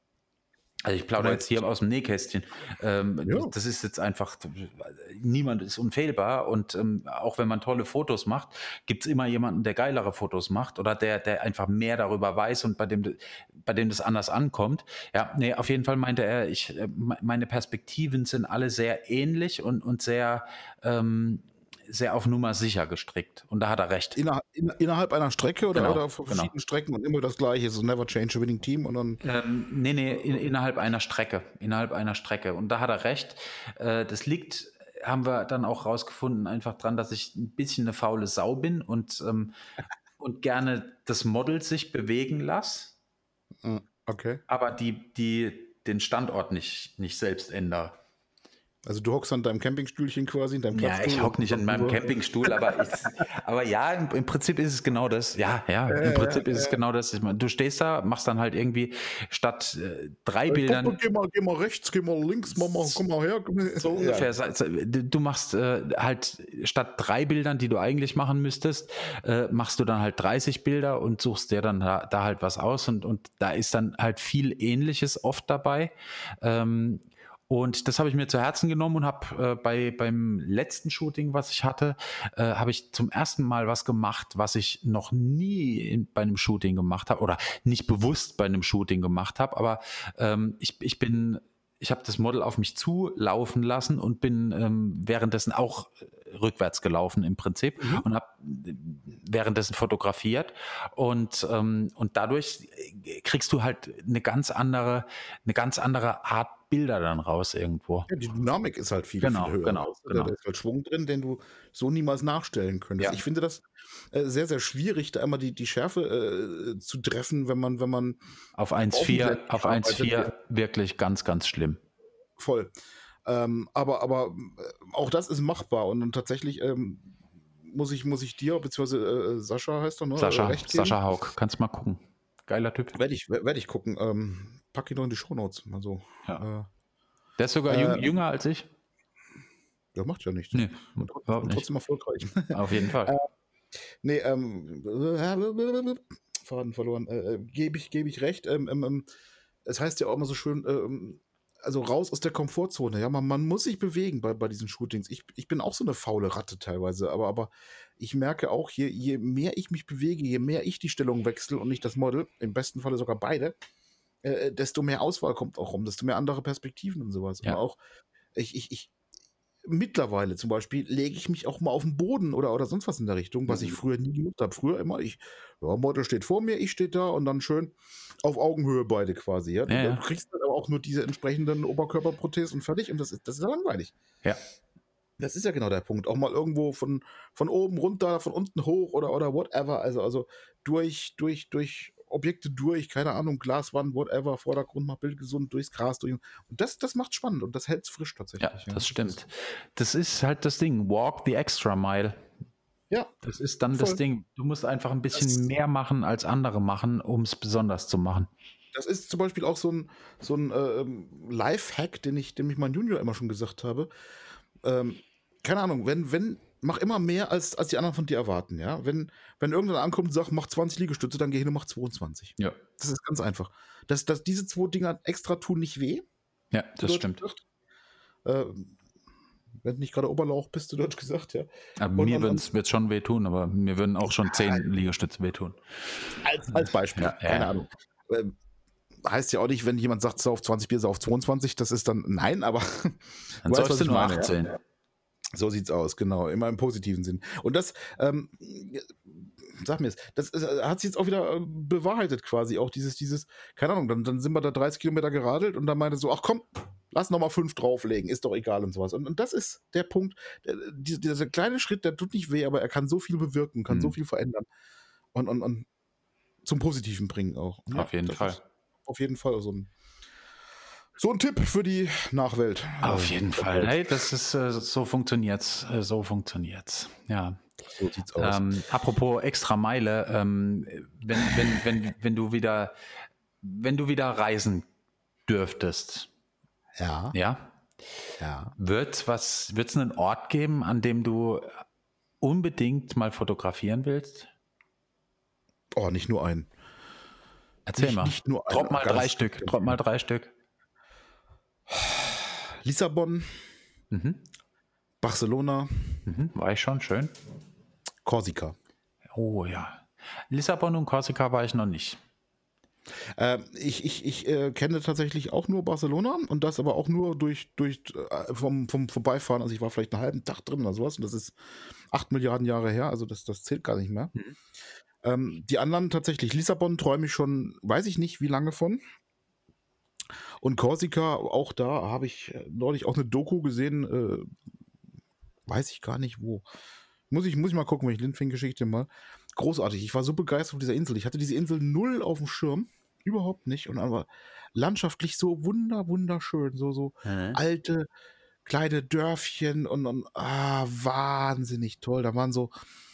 also ich Du plaudere jetzt meinst, hier aus dem Nähkästchen. Ähm, ja. das ist jetzt einfach, niemand ist unfehlbar und ähm, auch wenn man tolle Fotos macht, gibt es immer jemanden, der geilere Fotos macht oder der, der einfach mehr darüber weiß und bei dem, bei dem das anders ankommt. Ja, nee, auf jeden Fall meinte er, ich, äh, meine Perspektiven sind alle sehr ähnlich und, und sehr, ähm, sehr auf Nummer sicher gestrickt. Und da hat er recht. Innerhalb, innerhalb einer Strecke oder, Genau, oder auf genau. verschiedenen Strecken und immer das gleiche, so never change a winning team und dann. Ähm, nee, nee, in, innerhalb einer Strecke. Innerhalb einer Strecke. Und da hat er recht. Äh, das liegt, haben wir dann auch rausgefunden, einfach dran, dass ich ein bisschen eine faule Sau bin und, ähm, und gerne das Model sich bewegen lasse, äh, Okay. aber die, die den Standort nicht, nicht selbst ändere. Also du hockst an deinem Campingstühlchen quasi, in deinem Ja, ich Klappstuhl hocke und nicht in meinem darüber. Campingstuhl, aber ich, aber ja, im, im Prinzip ist es genau das. Ja, ja, im Äh, Prinzip ist es äh, genau das. Ich meine, du stehst da, machst dann halt irgendwie statt äh, drei äh, Papa, Bildern geh mal, geh mal rechts, geh mal links, Mama, komm mal her. Komm her. so Ja, ungefähr. Du machst äh, halt statt drei Bildern, die du eigentlich machen müsstest, äh, machst du dann halt dreißig Bilder und suchst dir dann da, da halt was aus und, und da ist dann halt viel Ähnliches oft dabei. Ähm, und das habe ich mir zu Herzen genommen und habe äh, bei beim letzten Shooting, was ich hatte, äh, habe ich zum ersten Mal was gemacht, was ich noch nie in, bei einem Shooting gemacht habe oder nicht bewusst bei einem Shooting gemacht habe. Aber ähm, ich, ich bin ich habe das Model auf mich zulaufen lassen und bin ähm, währenddessen auch rückwärts gelaufen im Prinzip mhm. und habe währenddessen fotografiert und ähm, und dadurch kriegst du halt eine ganz andere eine ganz andere Art Bilder dann raus irgendwo. Ja, die Dynamik ist halt viel, viel Genau, höher. genau, Weißt du? Da, da genau. ist halt Schwung drin, den du so niemals nachstellen könntest. Ja, Ich finde das äh, sehr, sehr schwierig, da immer die, die Schärfe äh, zu treffen, wenn man, wenn man auf eins Komma vier offenblendig auf arbeitet. eins Komma vier wirklich ganz ganz schlimm. Voll. Ähm, aber aber äh, auch das ist machbar und, und tatsächlich ähm, muss ich, muss ich dir, beziehungsweise äh, Sascha heißt er, ne, äh, Sascha recht geben. Sascha Haug, kannst mal gucken. Geiler Typ. Werde ich, werde ich gucken. Ähm, pack ihn doch in die Shownotes. Mal so. Ja. Äh, Der ist sogar Äh, jüng, jünger als ich. Der macht ja nichts. Nee, Und, überhaupt und nicht. trotzdem erfolgreich. Auf jeden Fall. Äh, nee, ähm, Faden verloren. Äh, Gebe ich, geb ich recht. Ähm, ähm, ähm, es heißt ja auch immer so schön, ähm, also raus aus der Komfortzone. Ja, man, man muss sich bewegen bei, bei diesen Shootings. Ich, ich bin auch so eine faule Ratte teilweise, aber, aber ich merke auch, je, je mehr ich mich bewege, je mehr ich die Stellung wechsle und nicht das Model, im besten Falle sogar beide, äh, desto mehr Auswahl kommt auch rum, desto mehr andere Perspektiven und sowas. Ja. Und auch, ich, ich, ich, mittlerweile zum Beispiel lege ich mich auch mal auf den Boden oder, oder sonst was in der Richtung, was ich früher nie gemacht habe. Früher immer, ich, ja, Model steht vor mir, ich stehe da und dann schön auf Augenhöhe beide quasi. Ja? Du, Ja, ja. du kriegst dann aber auch nur diese entsprechenden Oberkörperprothesen und fertig und das ist, das ist ja langweilig. Ja. Das ist ja genau der Punkt. Auch mal irgendwo von, von oben runter, von unten hoch oder, oder whatever. Also, also durch, durch, durch Objekte durch, keine Ahnung, Glaswand, whatever, Vordergrund mal bildgesund, durchs Gras durch. Und das, das macht spannend und das hält es frisch tatsächlich. Ja, ja. das stimmt. Das ist halt das Ding. Walk the extra mile. Ja. Das ist dann voll. das Ding. Du musst einfach ein bisschen Das- mehr machen als andere machen, um es besonders zu machen. Das ist zum Beispiel auch so ein, so ein ähm, Life-Hack, den ich, dem ich meinem Junior immer schon gesagt habe. Ähm, keine Ahnung, wenn, wenn, mach immer mehr, als, als die anderen von dir erwarten, ja. Wenn, wenn irgendeiner ankommt und sagt, mach zwanzig Liegestütze, dann geh hin und mach zweiundzwanzig. Ja, Das ist ganz einfach. Das, das, diese zwei Dinger extra tun nicht weh. ja, zu das Deutsch stimmt. gesagt. Äh, wenn du nicht gerade Oberlauch bist, zu Deutsch gesagt, ja. Aber Und- mir und- wird es schon wehtun, aber mir würden auch schon zehn Liegestütze wehtun. Als, als Beispiel, Ja, keine ja. Ahnung. Ähm, heißt ja auch nicht, wenn jemand sagt, so auf zwanzig Bier, so auf zweiundzwanzig, das ist dann, nein, aber Dann weißt, sollst was du ich nur meine, ja. achtzehn. So sieht's aus, genau, immer im positiven Sinn. Und das, ähm, sag mir es, das äh, hat sich jetzt auch wieder äh, bewahrheitet quasi, auch dieses, dieses, keine Ahnung, dann, dann sind wir da dreißig Kilometer geradelt und dann meinte so, ach komm, lass noch mal fünf drauflegen, ist doch egal und sowas. Und, und das ist der Punkt, der, dieser, dieser kleine Schritt, der tut nicht weh, aber er kann so viel bewirken, kann Mhm. so viel verändern und, und, und zum Positiven bringen auch. Und Auf jeden das Fall. ist Auf jeden Fall so ein, so ein Tipp für die Nachwelt. Auf Äh, jeden Fall. Hey, das ist, äh, so funktioniert's. Äh, so funktioniert's. Ja. So sieht's aus. Ähm, apropos extra Meile, ähm, wenn, wenn, wenn, wenn du wieder, wenn du wieder reisen dürftest, ja, ja, ja. wird was, wird's einen Ort geben, an dem du unbedingt mal fotografieren willst? Oh, nicht nur ein. Erzähl Nicht- mal. nicht nur Drop einer, mal ganz drei Stück. viele. Drop mal drei Stück. Lissabon, Mhm. Barcelona, Mhm. War ich schon schön. Korsika. Oh ja. Lissabon und Korsika war ich noch nicht. Ähm, ich ich, ich äh, kenne tatsächlich auch nur Barcelona und das aber auch nur durch, durch äh, vom, vom Vorbeifahren. Also ich war vielleicht einen halben Tag drin oder sowas und das ist acht Milliarden Jahre her, also das, das zählt gar nicht mehr. Mhm. Ähm, die anderen tatsächlich, Lissabon träume ich schon, weiß ich nicht wie lange von. Und Korsika, auch da habe ich äh, neulich auch eine Doku gesehen, äh, weiß ich gar nicht wo. Muss ich, muss ich mal gucken, wenn ich Lindfing-Geschichte mal. Großartig, ich war so begeistert von dieser Insel. Ich hatte diese Insel null auf dem Schirm, überhaupt nicht. Und aber landschaftlich so wunder, wunderschön, so, so Mhm. alte, kleine Dörfchen und, und ah, wahnsinnig toll. Da waren so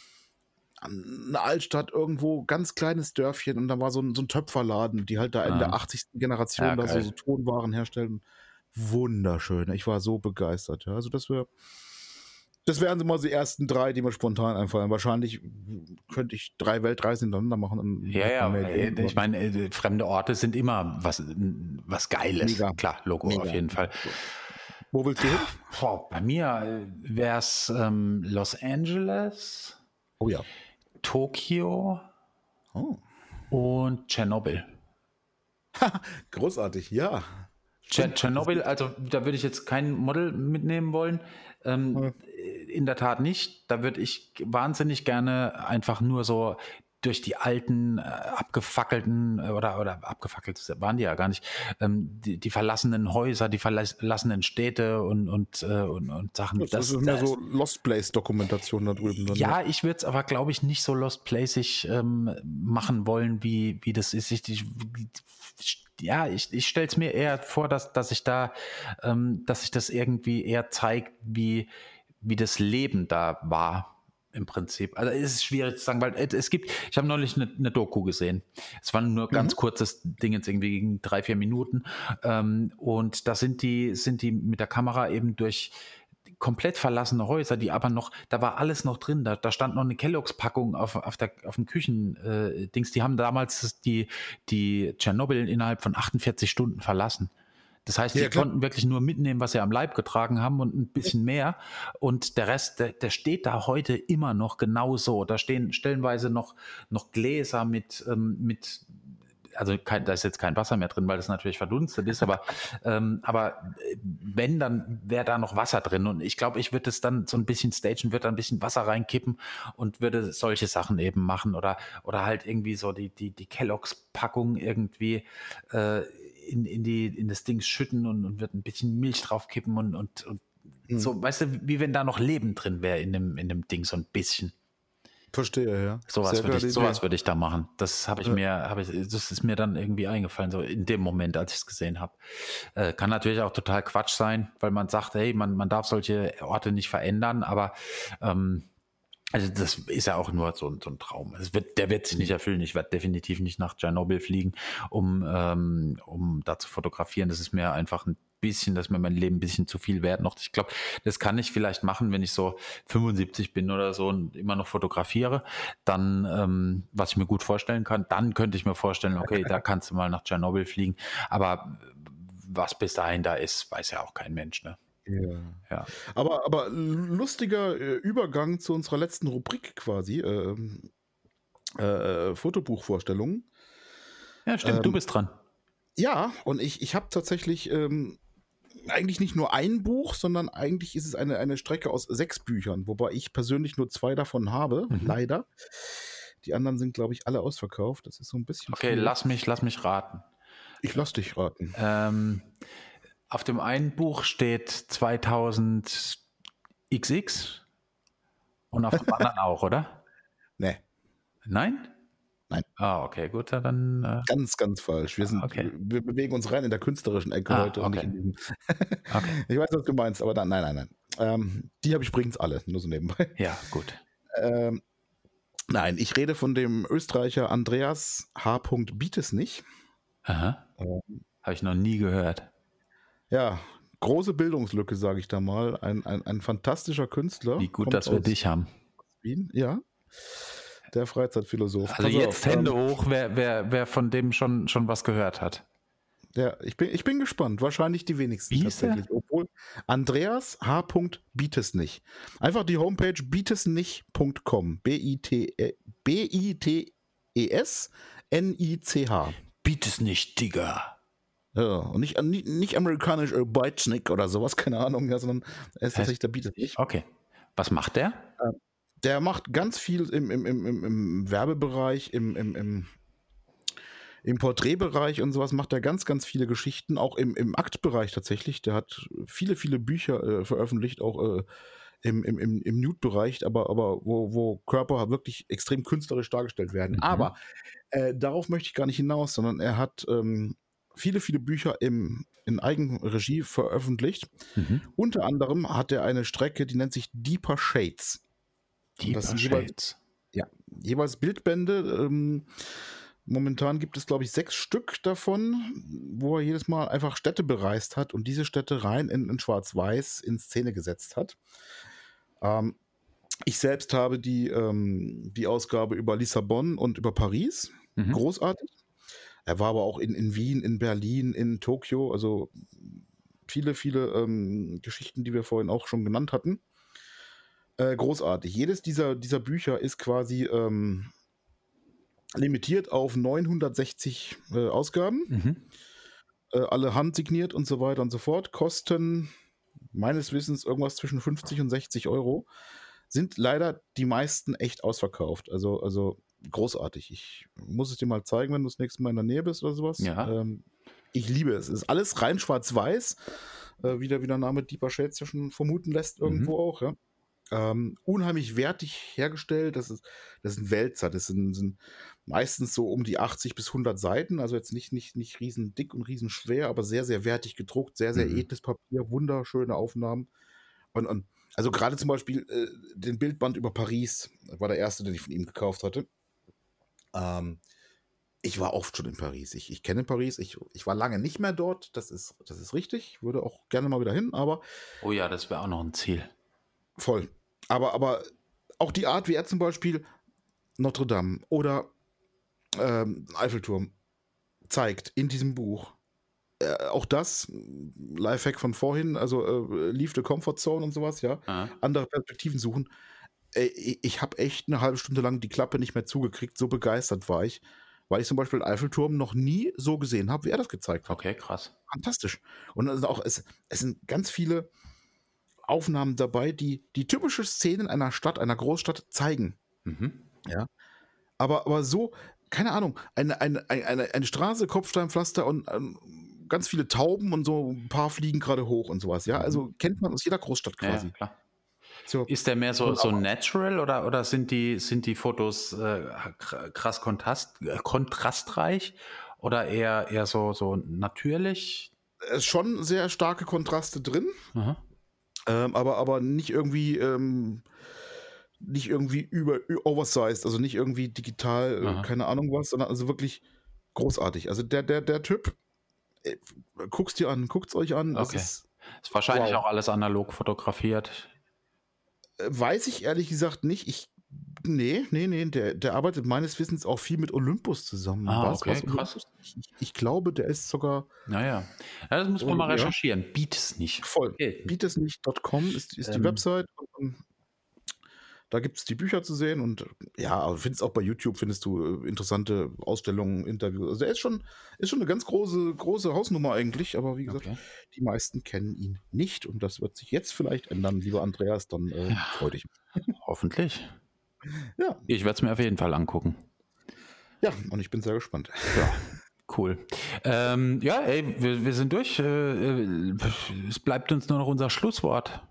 eine Altstadt irgendwo, ganz kleines Dörfchen und da war so ein, so ein Töpferladen, die halt da in Ah. der achtzigsten Generation Ja, da so, geil. so Tonwaren herstellen. Wunderschön. Ich war so begeistert. Ja. Also das wäre, das wären so mal die ersten drei, die mir spontan einfallen. Wahrscheinlich könnte ich drei Weltreisen hintereinander machen. und Ja, hätte ja, man mehr äh, Ideen, ich meine, äh, fremde Orte sind immer was, was Geiles. Mega. Klar, Logo Mega. auf jeden Fall. Wo willst du hin? Boah, bei mir wäre es ähm, Los Angeles, Oh ja. Tokio Oh. und Tschernobyl. Großartig, ja. Tscher- Tschernobyl, also da würde ich jetzt kein Model mitnehmen wollen. Ähm, in der Tat nicht. Da würde ich wahnsinnig gerne einfach nur so durch die alten, äh, abgefackelten äh, oder, oder abgefackelt waren die ja gar nicht, ähm, die, die verlassenen Häuser, die verlassenen Städte und, und, äh, und, und Sachen. Das, das ist mehr so Lost Place-Dokumentation da drüben. Dann, ja, ich würde es aber, glaube ich, nicht so Lost Placeig ähm, machen wollen, wie, wie das ist. Ich, ich, ja, ich, ich stelle es mir eher vor, dass, dass ich da, ähm, dass sich das irgendwie eher zeigt, wie, wie das Leben da war. im Prinzip. Also es ist schwierig zu sagen, weil es es gibt, ich habe neulich eine, eine Doku gesehen. Es war nur Mhm. ganz kurzes Ding, jetzt irgendwie gegen drei, vier Minuten. Ähm, und da sind die, sind die mit der Kamera eben durch komplett verlassene Häuser, die aber noch, da war alles noch drin, da, da stand noch eine Kelloggs-Packung auf, auf, der, auf dem Küchendings. Die haben damals die, die Tschernobyl innerhalb von achtundvierzig Stunden verlassen. Das heißt, die Ja, klar. konnten wirklich nur mitnehmen, was sie am Leib getragen haben und ein bisschen mehr. Und der Rest, der, der steht da heute immer noch genauso. Da stehen stellenweise noch, noch Gläser mit, ähm, mit also kein, da ist jetzt kein Wasser mehr drin, weil das natürlich verdunstet ist, aber, ähm, aber wenn, dann wäre da noch Wasser drin. Und ich glaube, ich würde es dann so ein bisschen stagen, würde da ein bisschen Wasser reinkippen und würde solche Sachen eben machen oder, oder halt irgendwie so die, die, die Kelloggs-Packung irgendwie äh, in, in, die, in das Ding schütten und, und würde ein bisschen Milch draufkippen und, und, und Mhm. so, weißt du, wie wenn da noch Leben drin wäre in dem, in dem Ding, so ein bisschen. Verstehe, ja. Sowas Sehr würde ich, geile sowas Idee. würde ich da machen. Das habe ich Ja. mir, habe ich, das ist mir dann irgendwie eingefallen, so in dem Moment, als ich es gesehen habe. Äh, kann natürlich auch total Quatsch sein, weil man sagt, hey, man, man darf solche Orte nicht verändern, aber ähm, also das ist ja auch nur so, ein- so ein Traum. Es wird, der wird sich nicht erfüllen. Ich werde definitiv nicht nach Tschernobyl fliegen, um, ähm, um da zu fotografieren. Das ist mir einfach ein bisschen, dass mir mein Leben ein bisschen zu viel wert noch. Ich glaube, das kann ich vielleicht machen, wenn ich so fünfundsiebzig bin oder so und immer noch fotografiere. Dann, ähm, was ich mir gut vorstellen kann, dann könnte ich mir vorstellen, okay, da kannst du mal nach Tschernobyl fliegen. Aber was bis dahin da ist, weiß ja auch kein Mensch, ne? Ja. Ja. Aber, aber lustiger äh, Übergang zu unserer letzten Rubrik quasi, ähm, äh, Fotobuchvorstellungen. Ja, stimmt, du Ähm, bist dran. ja, und ich, ich habe tatsächlich ähm, eigentlich nicht nur ein Buch, sondern eigentlich ist es eine, eine Strecke aus sechs Büchern, wobei ich persönlich nur zwei davon habe, Mhm. leider. Die anderen sind, glaube ich, alle ausverkauft. Das ist so ein bisschen Okay, schwierig. lass mich, lass mich raten. Ich lass dich raten. Ähm, auf dem einen Buch steht zweitausend X X und auf dem anderen auch, oder? Nee, Nein? nein. Ah, okay, gut, ja, dann, äh, Ganz, ganz falsch. Wir sind, okay. wir bewegen uns rein in der künstlerischen Ecke Ah, heute und nicht okay, in diesem. okay. Ich weiß, was du meinst, aber dann, nein, nein, nein. Ähm, die habe ich übrigens alle, nur so nebenbei. Ja, gut. Ähm, nein, ich rede von dem Österreicher Andreas H. Bietesnich. Aha. Ähm, Habe ich noch nie gehört. ja, große Bildungslücke, sage ich da mal. Ein, ein, ein fantastischer Künstler, Wie gut, kommt dass wir aus dich haben. Wien, ja. Der Freizeitphilosoph. Also Pass jetzt auf. Hände Ähm, hoch, wer, wer, wer von dem schon, schon was gehört hat. ja, ich bin, ich bin gespannt. Wahrscheinlich die wenigsten Wie hieß der? tatsächlich. Obwohl Andreas H. Bietesnich. Einfach die Homepage bietesnich punkt com. B-I-T-E- B-I-T-E-S N I C H. Biet es nicht, Digga. Ja, und nicht, nicht, nicht amerikanisch äh, Beitsnick oder sowas, keine Ahnung, ja, sondern er ist Heißt, tatsächlich der Bietesnich. okay. Was macht der? Der macht ganz viel im, im, im, im, im Werbebereich, im, im, im, im Porträtbereich und sowas macht er ganz, ganz viele Geschichten, auch im, im Aktbereich tatsächlich. Der hat viele, viele Bücher äh, veröffentlicht, auch äh, im, im, im, im Nude-Bereich, aber, aber wo, wo Körper wirklich extrem künstlerisch dargestellt werden. Mhm. Aber äh, darauf möchte ich gar nicht hinaus, sondern er hat ähm, viele, viele Bücher im, in Eigenregie veröffentlicht. Mhm. Unter anderem hat er eine Strecke, die nennt sich Deeper Shades. Und das Deeper sind jeweils, Shades. ja, jeweils Bildbände. Ähm, momentan gibt es, glaube ich, sechs Stück davon, wo er jedes Mal einfach Städte bereist hat und diese Städte rein in, in Schwarz-Weiß in Szene gesetzt hat. Ähm, ich selbst habe die, ähm, die Ausgabe über Lissabon und über Paris. Mhm. Großartig. Er war aber auch in, in Wien, in Berlin, in Tokio, also viele, viele ähm, Geschichten, die wir vorhin auch schon genannt hatten. Äh, großartig. Jedes dieser, dieser Bücher ist quasi ähm, limitiert auf neunhundertsechzig äh, Ausgaben, Mhm. äh, alle handsigniert und so weiter und so fort. Kosten meines Wissens irgendwas zwischen fünfzig und sechzig Euro. Sind leider die meisten echt ausverkauft. Also, also großartig. Ich muss es dir mal zeigen, wenn du das nächste Mal in der Nähe bist oder sowas. Ja. Ähm, ich liebe es. Es ist alles rein schwarz-weiß. Äh, wie, der, wie der Name Deeper Shades ja schon vermuten lässt, irgendwo Mhm. auch, ja. Ähm, unheimlich wertig hergestellt. Das ist, das sind Wälzer. Das sind, sind meistens so um die achtzig bis hundert Seiten. Also jetzt nicht, nicht, nicht riesen dick und riesen schwer, aber sehr, sehr wertig gedruckt. Sehr, sehr Mhm. edles Papier. Wunderschöne Aufnahmen. Und, und Also gerade zum Beispiel äh, den Bildband über Paris, war der erste, den ich von ihm gekauft hatte. Ähm, ich war oft schon in Paris. Ich, ich kenne Paris. Ich, ich war lange nicht mehr dort. Das ist, das ist richtig. Ich würde auch gerne mal wieder hin, aber. Oh ja, das wäre auch noch ein Ziel. Voll. Aber, aber auch die Art, wie er zum Beispiel Notre Dame oder ähm, Eiffelturm zeigt in diesem Buch. Äh, auch das, Lifehack von vorhin, also äh, leave the comfort zone und sowas, ja. Ja. Andere Perspektiven suchen. Äh, ich ich habe echt eine halbe Stunde lang die Klappe nicht mehr zugekriegt, so begeistert war ich, weil ich zum Beispiel Eiffelturm noch nie so gesehen habe, wie er das gezeigt hat. Okay, krass. Fantastisch. Und also auch, es, es sind ganz viele Aufnahmen dabei, die die typische Szenen einer Stadt, einer Großstadt zeigen. Mhm. Ja. Aber, aber so, keine Ahnung, eine, eine, eine, eine Straße, Kopfsteinpflaster und ähm, ganz viele Tauben und so, ein paar fliegen gerade hoch und sowas. Ja, Mhm. also kennt man aus jeder Großstadt quasi. Ja, klar. So. Ist der mehr so, so natural oder, oder sind, die, sind die Fotos äh, krass kontrast, äh, kontrastreich oder eher, eher so, so natürlich? Es ist schon sehr starke Kontraste drin, Mhm. ähm, aber, aber nicht irgendwie ähm, nicht irgendwie über oversized, also nicht irgendwie digital, Aha. keine Ahnung was, sondern also wirklich großartig. Also der, der, der Typ, äh, guckt's dir an, guckt's euch an. Okay. Es ist, ist wahrscheinlich wow. auch alles analog fotografiert. Weiß ich ehrlich gesagt nicht. Ich, nee, nee, nee, der, der arbeitet meines Wissens auch viel mit Olympus zusammen. Ah, was, okay, was krass. Olympus? Ich, ich glaube, der ist sogar. Naja, ja, das muss man Oh, mal ja. recherchieren. Beat es nicht. Voll. Okay. beat es nicht punkt com ist, ist die Ähm. Website. Und da gibt es die Bücher zu sehen und ja, aber findest auch bei YouTube findest du äh, interessante Ausstellungen, Interviews. Also er ist schon, ist schon eine ganz große, große Hausnummer eigentlich, aber wie gesagt, Okay. die meisten kennen ihn nicht und das wird sich jetzt vielleicht ändern, lieber Andreas, dann äh, Ja. freu dich. Hoffentlich. Ja. Ich werde es mir auf jeden Fall angucken. Ja, und ich bin sehr gespannt. Ja, cool. Ähm, ja, ey, wir, wir sind durch. Äh, es bleibt uns nur noch unser Schlusswort.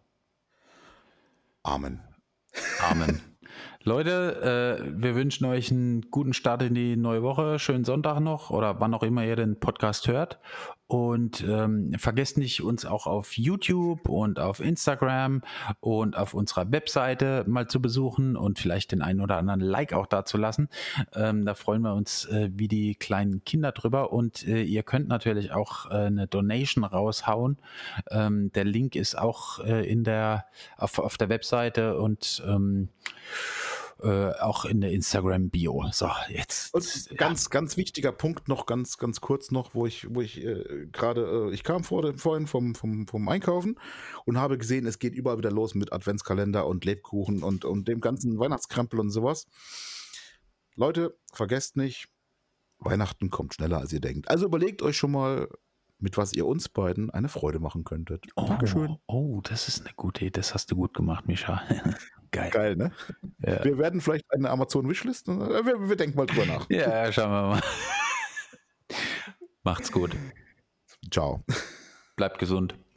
Amen. Amen. Leute, äh, wir wünschen euch einen guten Start in die neue Woche, schönen Sonntag noch oder wann auch immer ihr den Podcast hört. Und ähm, vergesst nicht, uns auch auf YouTube und auf Instagram und auf unserer Webseite mal zu besuchen und vielleicht den einen oder anderen Like auch da zu lassen. Ähm, da freuen wir uns äh, wie die kleinen Kinder drüber. Und äh, ihr könnt natürlich auch äh, eine Donation raushauen. Ähm, der Link ist auch äh, in der auf, auf der Webseite und ähm, Äh, auch in der Instagram-Bio. So, jetzt. Und ganz, ja. ganz wichtiger Punkt noch, ganz, ganz kurz noch, wo ich, wo ich äh, gerade, äh, ich kam vor, vorhin vom, vom, vom Einkaufen und habe gesehen, es geht überall wieder los mit Adventskalender und Lebkuchen und, und dem ganzen Weihnachtskrempel und sowas. Leute, vergesst nicht, Weihnachten kommt schneller, als ihr denkt. Also überlegt euch schon mal, mit was ihr uns beiden eine Freude machen könntet. Oh, Dankeschön. Oh, das ist eine gute Idee. Das hast du gut gemacht, Mischa. Geil. Geil, ne? Ja. Wir werden vielleicht eine Amazon-Wishlist. Wir, wir denken mal drüber nach. Ja, schauen wir mal. Macht's gut. Ciao. Bleibt gesund.